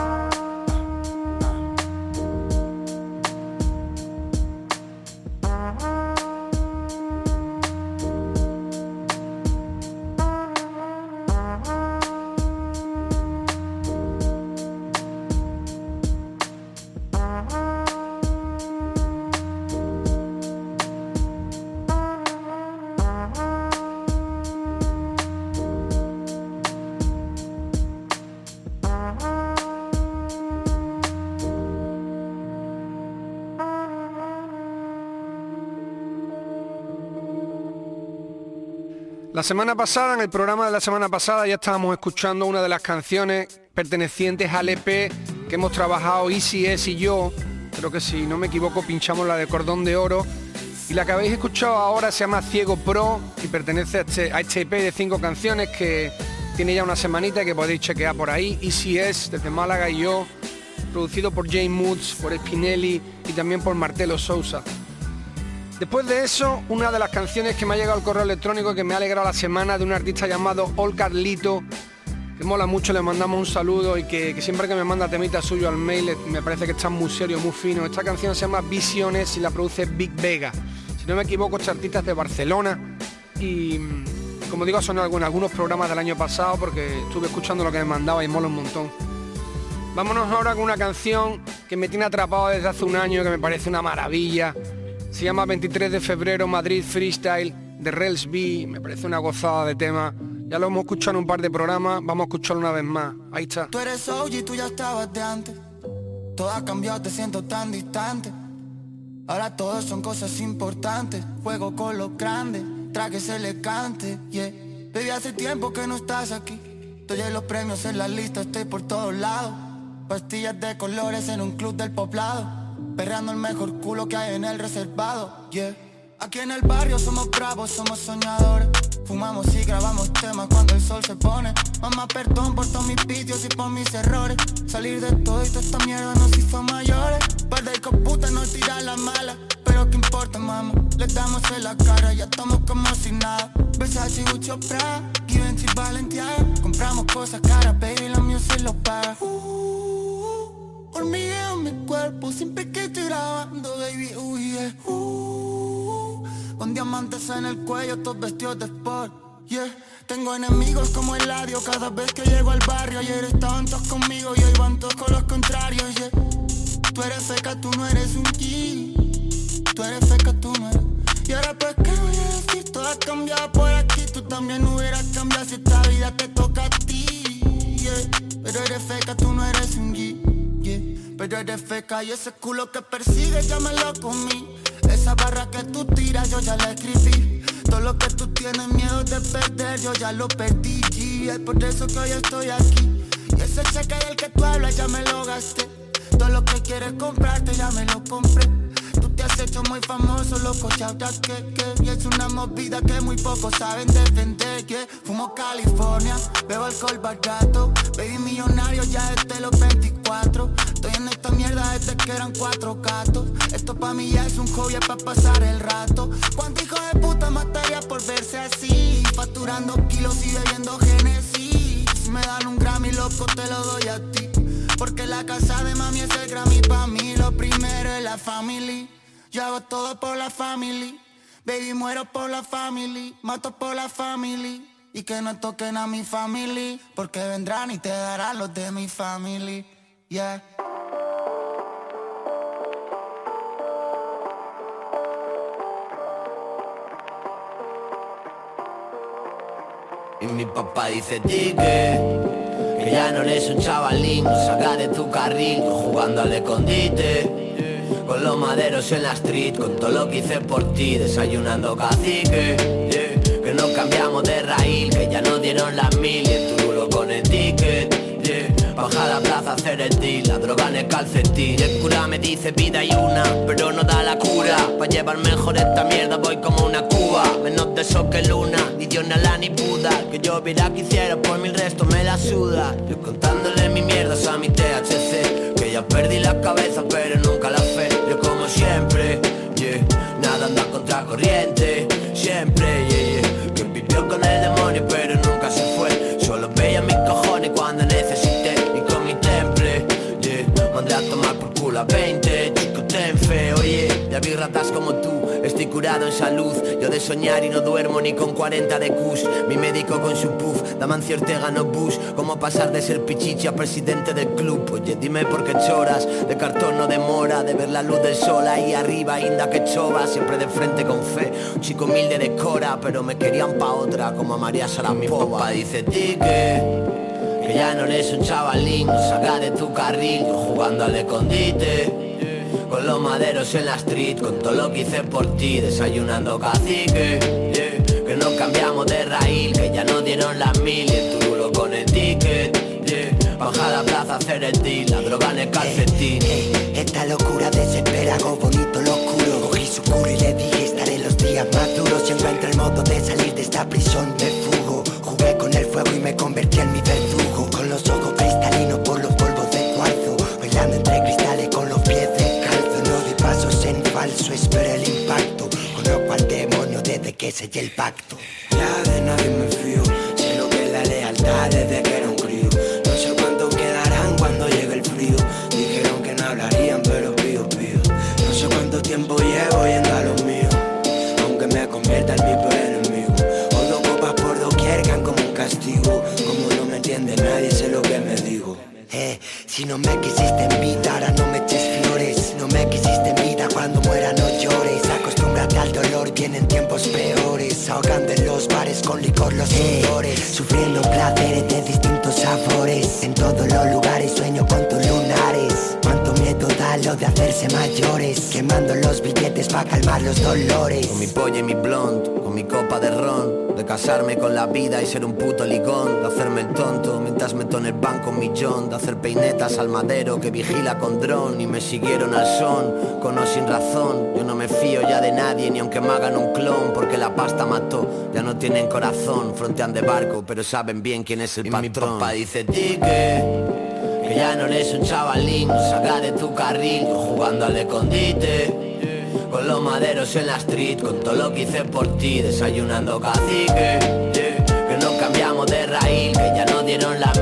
La semana pasada, en el programa de la semana pasada, ya estábamos escuchando una de las canciones pertenecientes al EP que hemos trabajado Easy S y yo. Creo que si no me equivoco pinchamos la de Cordón de Oro. Y la que habéis escuchado ahora se llama Ciego Pro y pertenece a este EP de 5 canciones que tiene ya una semanita que podéis chequear por ahí. Easy S, desde Málaga y yo, producido por Jane Moods, por Spinelli y también por Martelo Sousa. Después de eso, una de las canciones que me ha llegado al correo electrónico que me ha alegrado la semana, de un artista llamado Ol Carlito, que mola mucho, le mandamos un saludo y que siempre que me manda temita suyo al mail me parece que está muy serio, muy fino. Esta canción se llama Visiones y la produce Big Vega. Si no me equivoco, este artista es de Barcelona y, como digo, son algunos programas del año pasado porque estuve escuchando lo que me mandaba y mola un montón. Vámonos ahora con una canción que me tiene atrapado desde hace un año, que me parece una maravilla. Se llama 23 de febrero Madrid Freestyle de Rels B. Me parece una gozada de tema. Ya lo hemos escuchado en un par de programas. Vamos a escucharlo una vez más. Ahí está. Tú eres OG, tú ya estabas de antes. Todo ha cambiado, te siento tan distante. Ahora todo son cosas importantes. Juego con los grandes, trajes elegantes, yeah. Baby, hace tiempo que no estás aquí. Estoy en los premios, en la lista, estoy por todos lados. Pastillas de colores en un club del poblado. Perreando el mejor culo que hay en el reservado, yeah. Aquí en el barrio somos bravos, somos soñadores. Fumamos y grabamos temas cuando el sol se pone. Mamá, perdón por todos mis vicios y por mis errores. Salir de todo y toda esta mierda nos hizo mayores. Par de puta nos tiran la mala. Pero qué importa, mamá, les damos en la cara. Ya estamos como si nada. Versace, Gucci, Prada, Givenchy, Balenciaga. Compramos cosas caras, baby, lo mío se lo paga. Hormigueo en mi cuerpo siempre que estoy grabando, baby, yeah. Con diamantes en el cuello, todos vestidos de sport, yeah. Tengo enemigos como el Eladio cada vez que llego al barrio. Ayer estaban todos conmigo y hoy van todos con los contrarios, yeah. Tú eres feca, tú no eres un G. Tú eres feca, tú no eres. Y ahora pues qué voy a decir, todo ha cambiado por aquí. Tú también hubieras cambiado si esta vida te toca a ti, yeah. Pero eres feca, tú no eres un G, yeah. Pero eres feca y ese culo que persigues ya me lo comí. Esa barra que tú tiras yo ya la escribí. Todo lo que tú tienes miedo de perder yo ya lo perdí, yeah. Es por eso que hoy estoy aquí. Y ese cheque del que tú hablas ya me lo gasté. Todo lo que quieres comprarte ya me lo compré. Tú te has hecho muy famoso, loco, chauta que y es una movida que muy pocos saben defender, yeah. Fumo California, bebo alcohol barato. Baby millonario ya desde los 24. Estoy en esta mierda desde que eran 4 gatos. Esto pa' mí ya es un hobby, es pa' pasar el rato. ¿Cuánto hijo de puta mataría por verse así? Facturando kilos y bebiendo Genesis. Si me dan un Grammy, loco, te lo doy a ti. Porque la casa de mami es el Grammy pa' mí. Lo primero es la family. Yo hago todo por la family. Baby, muero por la family. Mato por la family. Y que no toquen a mi family. Porque vendrán y te darán los de mi family, yeah. Y mi papá dice que ya no eres un chavalín, saca de tu carril, jugando al escondite, con los maderos en la street, con todo lo que hice por ti, desayunando cacique, yeah. Que no cambiamos de raíl, que ya nos dieron las 1000 y el turulo con el ticket, yeah. Baja a la plaza a hacer el deal, la droga en el calcetín. Y el cura me dice vida y una, pero no da la cura. Pa' llevar mejor esta mierda voy como una cuba. Menos de eso que luna, ni Dios ni Alá ni Buda. Que yo viera que hiciera por mí el resto me la suda. Yo contándole mi mierdas a mi THC, que ya perdí la cabeza pero nunca la fe. Yo como siempre, yeah, nada anda contra corriente. Siempre, yeah, yeah, que vivió con el demonio pero nunca se fue. Solo veía mis cojones cuando necesité. Y con mi temple, yeah, mandé a tomar por culo a 20. Chico, ten fe, oye, ya vi ratas como tú. Estoy curado en salud, yo de soñar y no duermo ni con 40 de Kush. Mi médico con su puff, Damancio Ortega no Bush. Cómo pasar de ser pichichi a presidente del club. Oye, dime por qué choras, de cartón no demora. De ver la luz del sol ahí arriba, inda que chova. Siempre de frente con fe, un chico humilde de Cora. Pero me querían pa' otra, como a María Sarapova. Mi papá dice que ya no eres un chavalín, saca de tu carril, jugando al escondite, con los maderos en la street, con todo lo que hice por ti, desayunando cacique, yeah. Que no cambiamos de raíl, que ya nos dieron las 1000 y el turulo con el ticket, yeah. Baja a la plaza a hacer el deal, la droga en el calcetín. Esta locura desespera, algo bonito lo oscuro. Cogí su culo y le dije estaré los días más duros. Si encuentro el modo de salir de esta prisión me fugo. Jugué con el fuego y me convertí en mi verdugo. Con los ojos cristalinos por los polvos de cuarzo, bailando entre cristales con los pies descalzos. No doy pasos en falso, espero el impacto. Conozco al demonio desde que sellé el pacto. Ya de nadie me fío, sé lo que es la lealtad desde que era un crío. No sé cuánto quedarán cuando llegue el frío. Dijeron que no hablarían pero pío pío. No sé cuánto tiempo llevo yendo a los míos, aunque me convierta en mi peor enemigo. Odio copas por doquier, can como un castigo. Como no me entiende nadie, sé lo que me digo. Si no me quisiste en vida, ahora no me eches flores. No me quisiste en vida, cuando muera no llores. Acostúmbrate al dolor, vienen tiempos peores. Ahogando en los bares con licor los sudores. Sufriendo placeres de distintos sabores. En todos los lugares sueño con tus lunares. Cuánto miedo da lo de hacerse mayores. Quemando los billetes pa' calmar los dolores. Con mi polla y mi blond, con mi copa de ron. De casarme con la vida y ser un puto ligón. De hacerme el tonto mientras meto en el banco un millón. De hacer peinetas al madero que vigila con dron. Y me siguieron al son, con o sin razón. Yo no me fío ya de nadie, ni aunque me hagan un clon. Porque la pasta mató, ya no tienen corazón. Frontean de barco, pero saben bien quién es el patrón. Mi papá dice que ya no eres un chavalín, saca de tu carril, jugando al escondite, con los maderos en la street, con todo lo que hice por ti, desayunando cacique, yeah. Que no cambiamos de raíl, que ya nos dieron la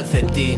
calcetín.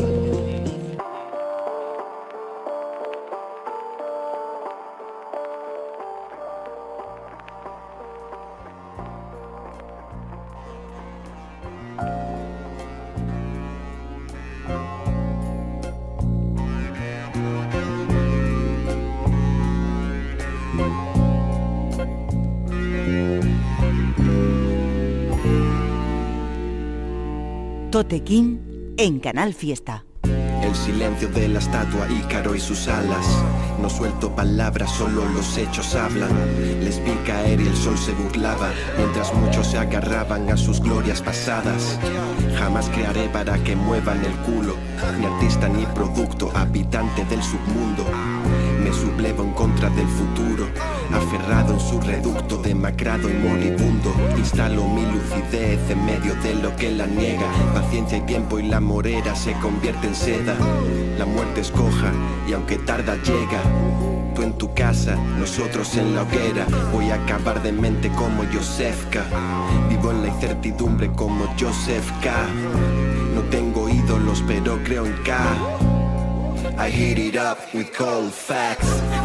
Totequín en Canal Fiesta. El silencio de la estatua Ícaro y sus alas. No suelto palabras, solo los hechos hablan. Les vi caer y el sol se burlaba, mientras muchos se agarraban a sus glorias pasadas. Jamás crearé para que muevan el culo, ni artista ni producto, habitante del submundo. Me sublevo en contra del futuro, aferrado en su reducto, demacrado y moribundo. Instalo mi lucidez en medio de lo que la niega. Paciencia y tiempo y la morera se convierte en seda. La muerte es coja y aunque tarda llega. Tú en tu casa, nosotros en la hoguera. Voy a acabar de mente como Joseph K. Vivo en la incertidumbre como Joseph K. No tengo ídolos pero creo en K. I heat it up with cold facts.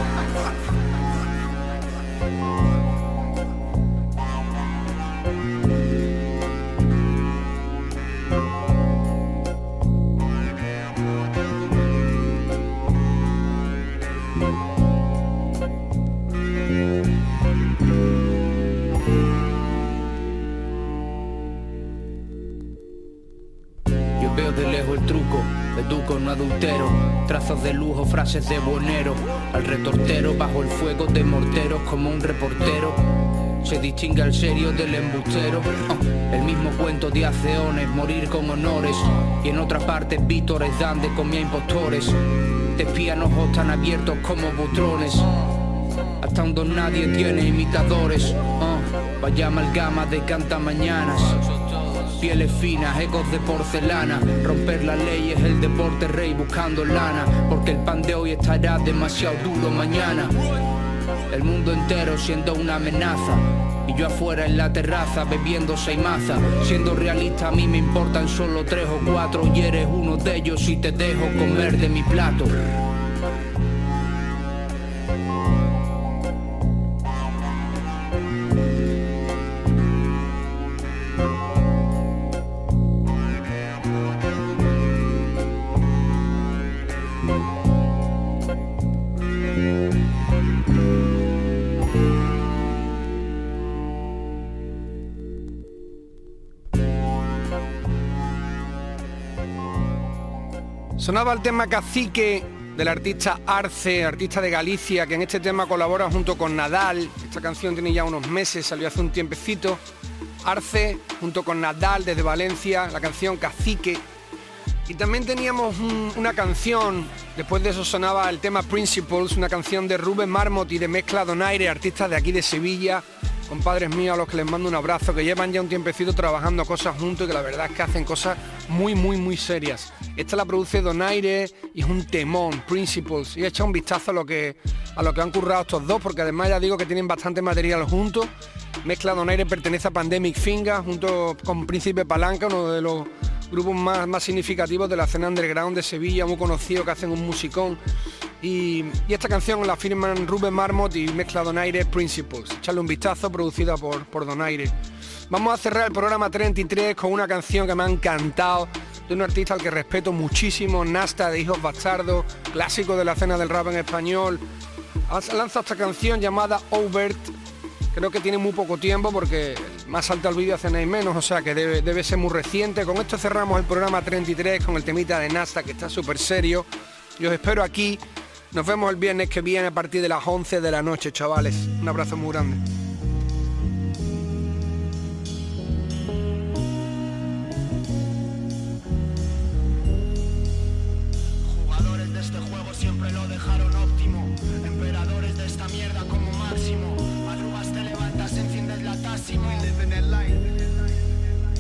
Yo veo de lejos el truco, educo no adultero, trazos de lujo, frases de buonero, al retortero bajo el fuego de morteros como un reportero. Se distingue al serio del embustero. El mismo cuento de haceones, morir con honores. Y en otra parte vítores dan de comida a impostores. De espías ojos tan abiertos como butrones. Hasta un don nadie tiene imitadores. Vaya amalgama de cantamañanas. Pieles finas, ecos de porcelana. Romper la ley es el deporte rey buscando lana. Porque el pan de hoy estará demasiado duro mañana. El mundo entero siendo una amenaza. Y yo afuera en la terraza bebiendo seis mazas. Siendo realista a mí me importan solo 3 o 4. Y eres uno de ellos y te dejo comer de mi plato. Sonaba el tema Cacique del artista Arce, artista de Galicia, que en este tema colabora junto con Nadal. Esta canción tiene ya unos meses, salió hace un tiempecito. Arce junto con Nadal desde Valencia, la canción Cacique. Y también teníamos una canción, después de eso sonaba el tema Principles, una canción de Rubén Marmot y de Mezcla Donaire, artistas de aquí de Sevilla, compadres míos a los que les mando un abrazo, que llevan ya un tiempecito trabajando cosas juntos y que la verdad es que hacen cosas muy serias. Esta la produce Donaire y es un temón, Principles, y he echado un vistazo a lo que han currado estos dos, porque además ya digo que tienen bastante material juntos. Mezcla Donaire pertenece a Pandemic Finger junto con Príncipe Palanca, uno de los grupos más significativos de la escena underground de Sevilla, muy conocido, que hacen un musicón. Y esta canción la firman Rubén Marmot y Mezcla Donaire, Principles. Echarle un vistazo, producida por Donaire. Vamos a cerrar el programa 33 con una canción que me ha encantado, de un artista al que respeto muchísimo, Nasta de Hijos Bastardos, clásico de la escena del rap en español. Ha lanzado esta canción llamada Overt. Creo que tiene muy poco tiempo porque más salta el vídeo hace nada y menos, o sea que debe ser muy reciente. Con esto cerramos el programa 33 con el temita de Nasta, que está súper serio. Y os espero aquí. Nos vemos el viernes que viene a partir de las 11 de la noche, chavales. Un abrazo muy grande. Jugadores de este juego siempre lo dejaron óptimo. Emperadores de esta mierda como máximo. Madrugas, te levantas, enciendes la tásimo.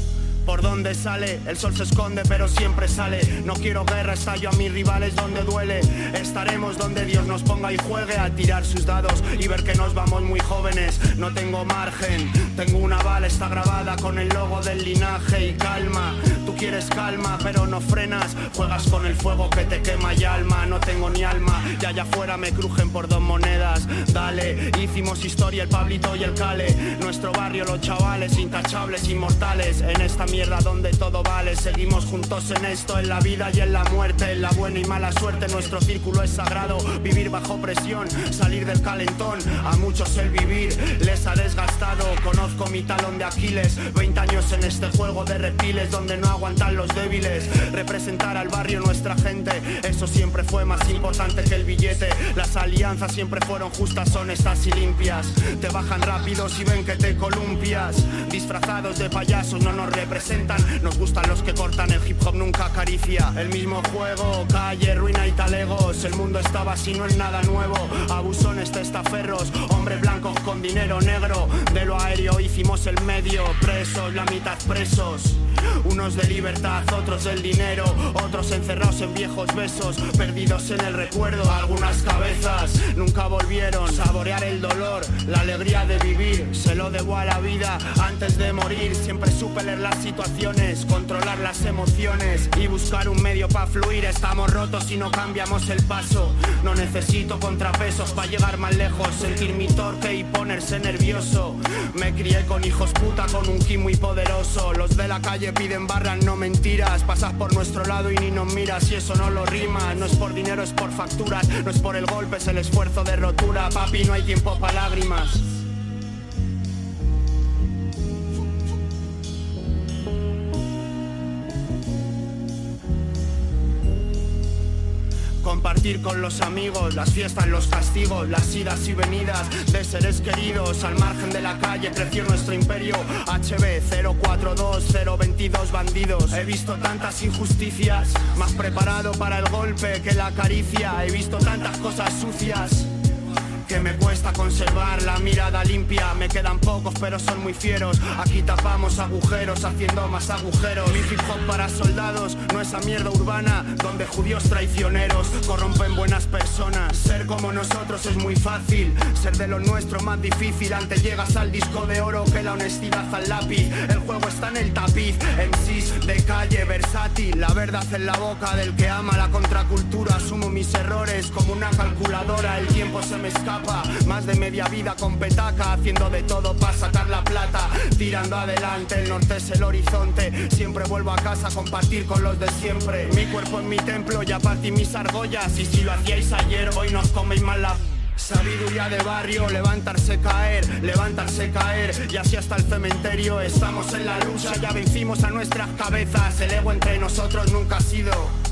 Por donde sale, el sol se esconde pero siempre sale. No quiero guerra, estallo a mis rivales donde duele. Estaremos donde Dios nos ponga y juegue a tirar sus dados y ver que nos vamos muy jóvenes. No tengo margen, tengo una bala, está grabada con el logo del linaje. Y calma, tú quieres calma pero no frenas. Juegas con el fuego que te quema y alma. No tengo ni alma, y allá afuera me crujen por 2 monedas. Dale, hicimos historia el Pablito y el Cale. Nuestro barrio, los chavales intachables, inmortales. En esta mierda donde todo vale. Seguimos juntos en esto, en la vida y en la muerte, en la buena y mala suerte. Nuestro círculo es sagrado, vivir bajo presión, salir del calentón. A muchos el vivir les ha desgastado. Conozco mi talón de Aquiles, 20 años en este juego de reptiles donde no aguantan los débiles. Representar al barrio, nuestra gente, eso siempre fue más importante que el billete. Las alianzas siempre fueron justas, honestas y limpias. Te bajan rápido si ven que te columpias. Disfrazados de payasos no nos representan. Nos gustan los que cortan, el hip hop nunca acaricia. El mismo juego, calle, ruina y talegos. El mundo estaba así, no es nada nuevo. Abusones, testaferros, hombres blancos con dinero negro. De lo aéreo hicimos el medio. Presos, la mitad presos. Unos de libertad, otros del dinero. Otros encerrados en viejos besos, perdidos en el recuerdo. Algunas cabezas nunca volvieron. Saborear el dolor, la alegría de vivir. Se lo debo a la vida antes de morir. Siempre supe leer las situaciones, controlar las emociones y buscar un medio para fluir. Estamos rotos y no cambiamos el paso. No necesito contrapesos para llegar más lejos. Sentir mi torque y ponerse nervioso. Me crié con hijos puta, con un ki muy poderoso. Los de la calle piden barras, no mentiras. Pasas por nuestro lado y ni nos miras y eso no lo rima. No es por dinero, es por facturas. No es por el golpe, es el esfuerzo de rotura. Papi, no hay tiempo para lágrimas. Compartir con los amigos, las fiestas, los castigos, las idas y venidas de seres queridos. Al margen de la calle creció nuestro imperio. HB 042 022 bandidos. He visto tantas injusticias, más preparado para el golpe que la caricia. He visto tantas cosas sucias que me cuesta conservar la mirada limpia. Me quedan pocos pero son muy fieros. Aquí tapamos agujeros haciendo más agujeros. Mi hip hop para soldados, no esa mierda urbana donde judíos traicioneros corrompen buenas personas. Ser como nosotros es muy fácil, ser de lo nuestro más difícil. Antes llegas al disco de oro que la honestidad al lápiz. El juego está en el tapiz, MCs de calle versátil. La verdad en la boca del que ama la contracultura. Asumo mis errores como una calculadora. El tiempo se me escapa, más de media vida con petaca, haciendo de todo para sacar la plata, tirando adelante, el norte es el horizonte. Siempre vuelvo a casa a compartir con los de siempre. Mi cuerpo es mi templo, ya partí mis argollas. Y si lo hacíais ayer, hoy nos coméis mal la... Sabiduría de barrio, levantarse, caer, y así hasta el cementerio. Estamos en la lucha, ya vencimos a nuestras cabezas. El ego entre nosotros nunca ha sido...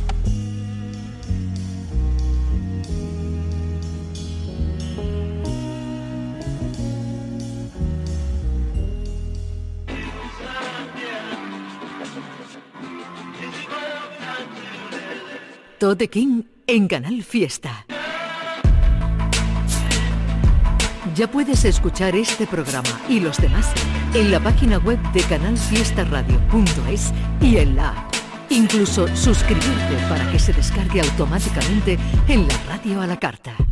Tote King en Canal Fiesta. Ya puedes escuchar este programa y los demás en la página web de canalfiestaradio.es y en la app. Incluso suscribirte para que se descargue automáticamente en la radio a la carta.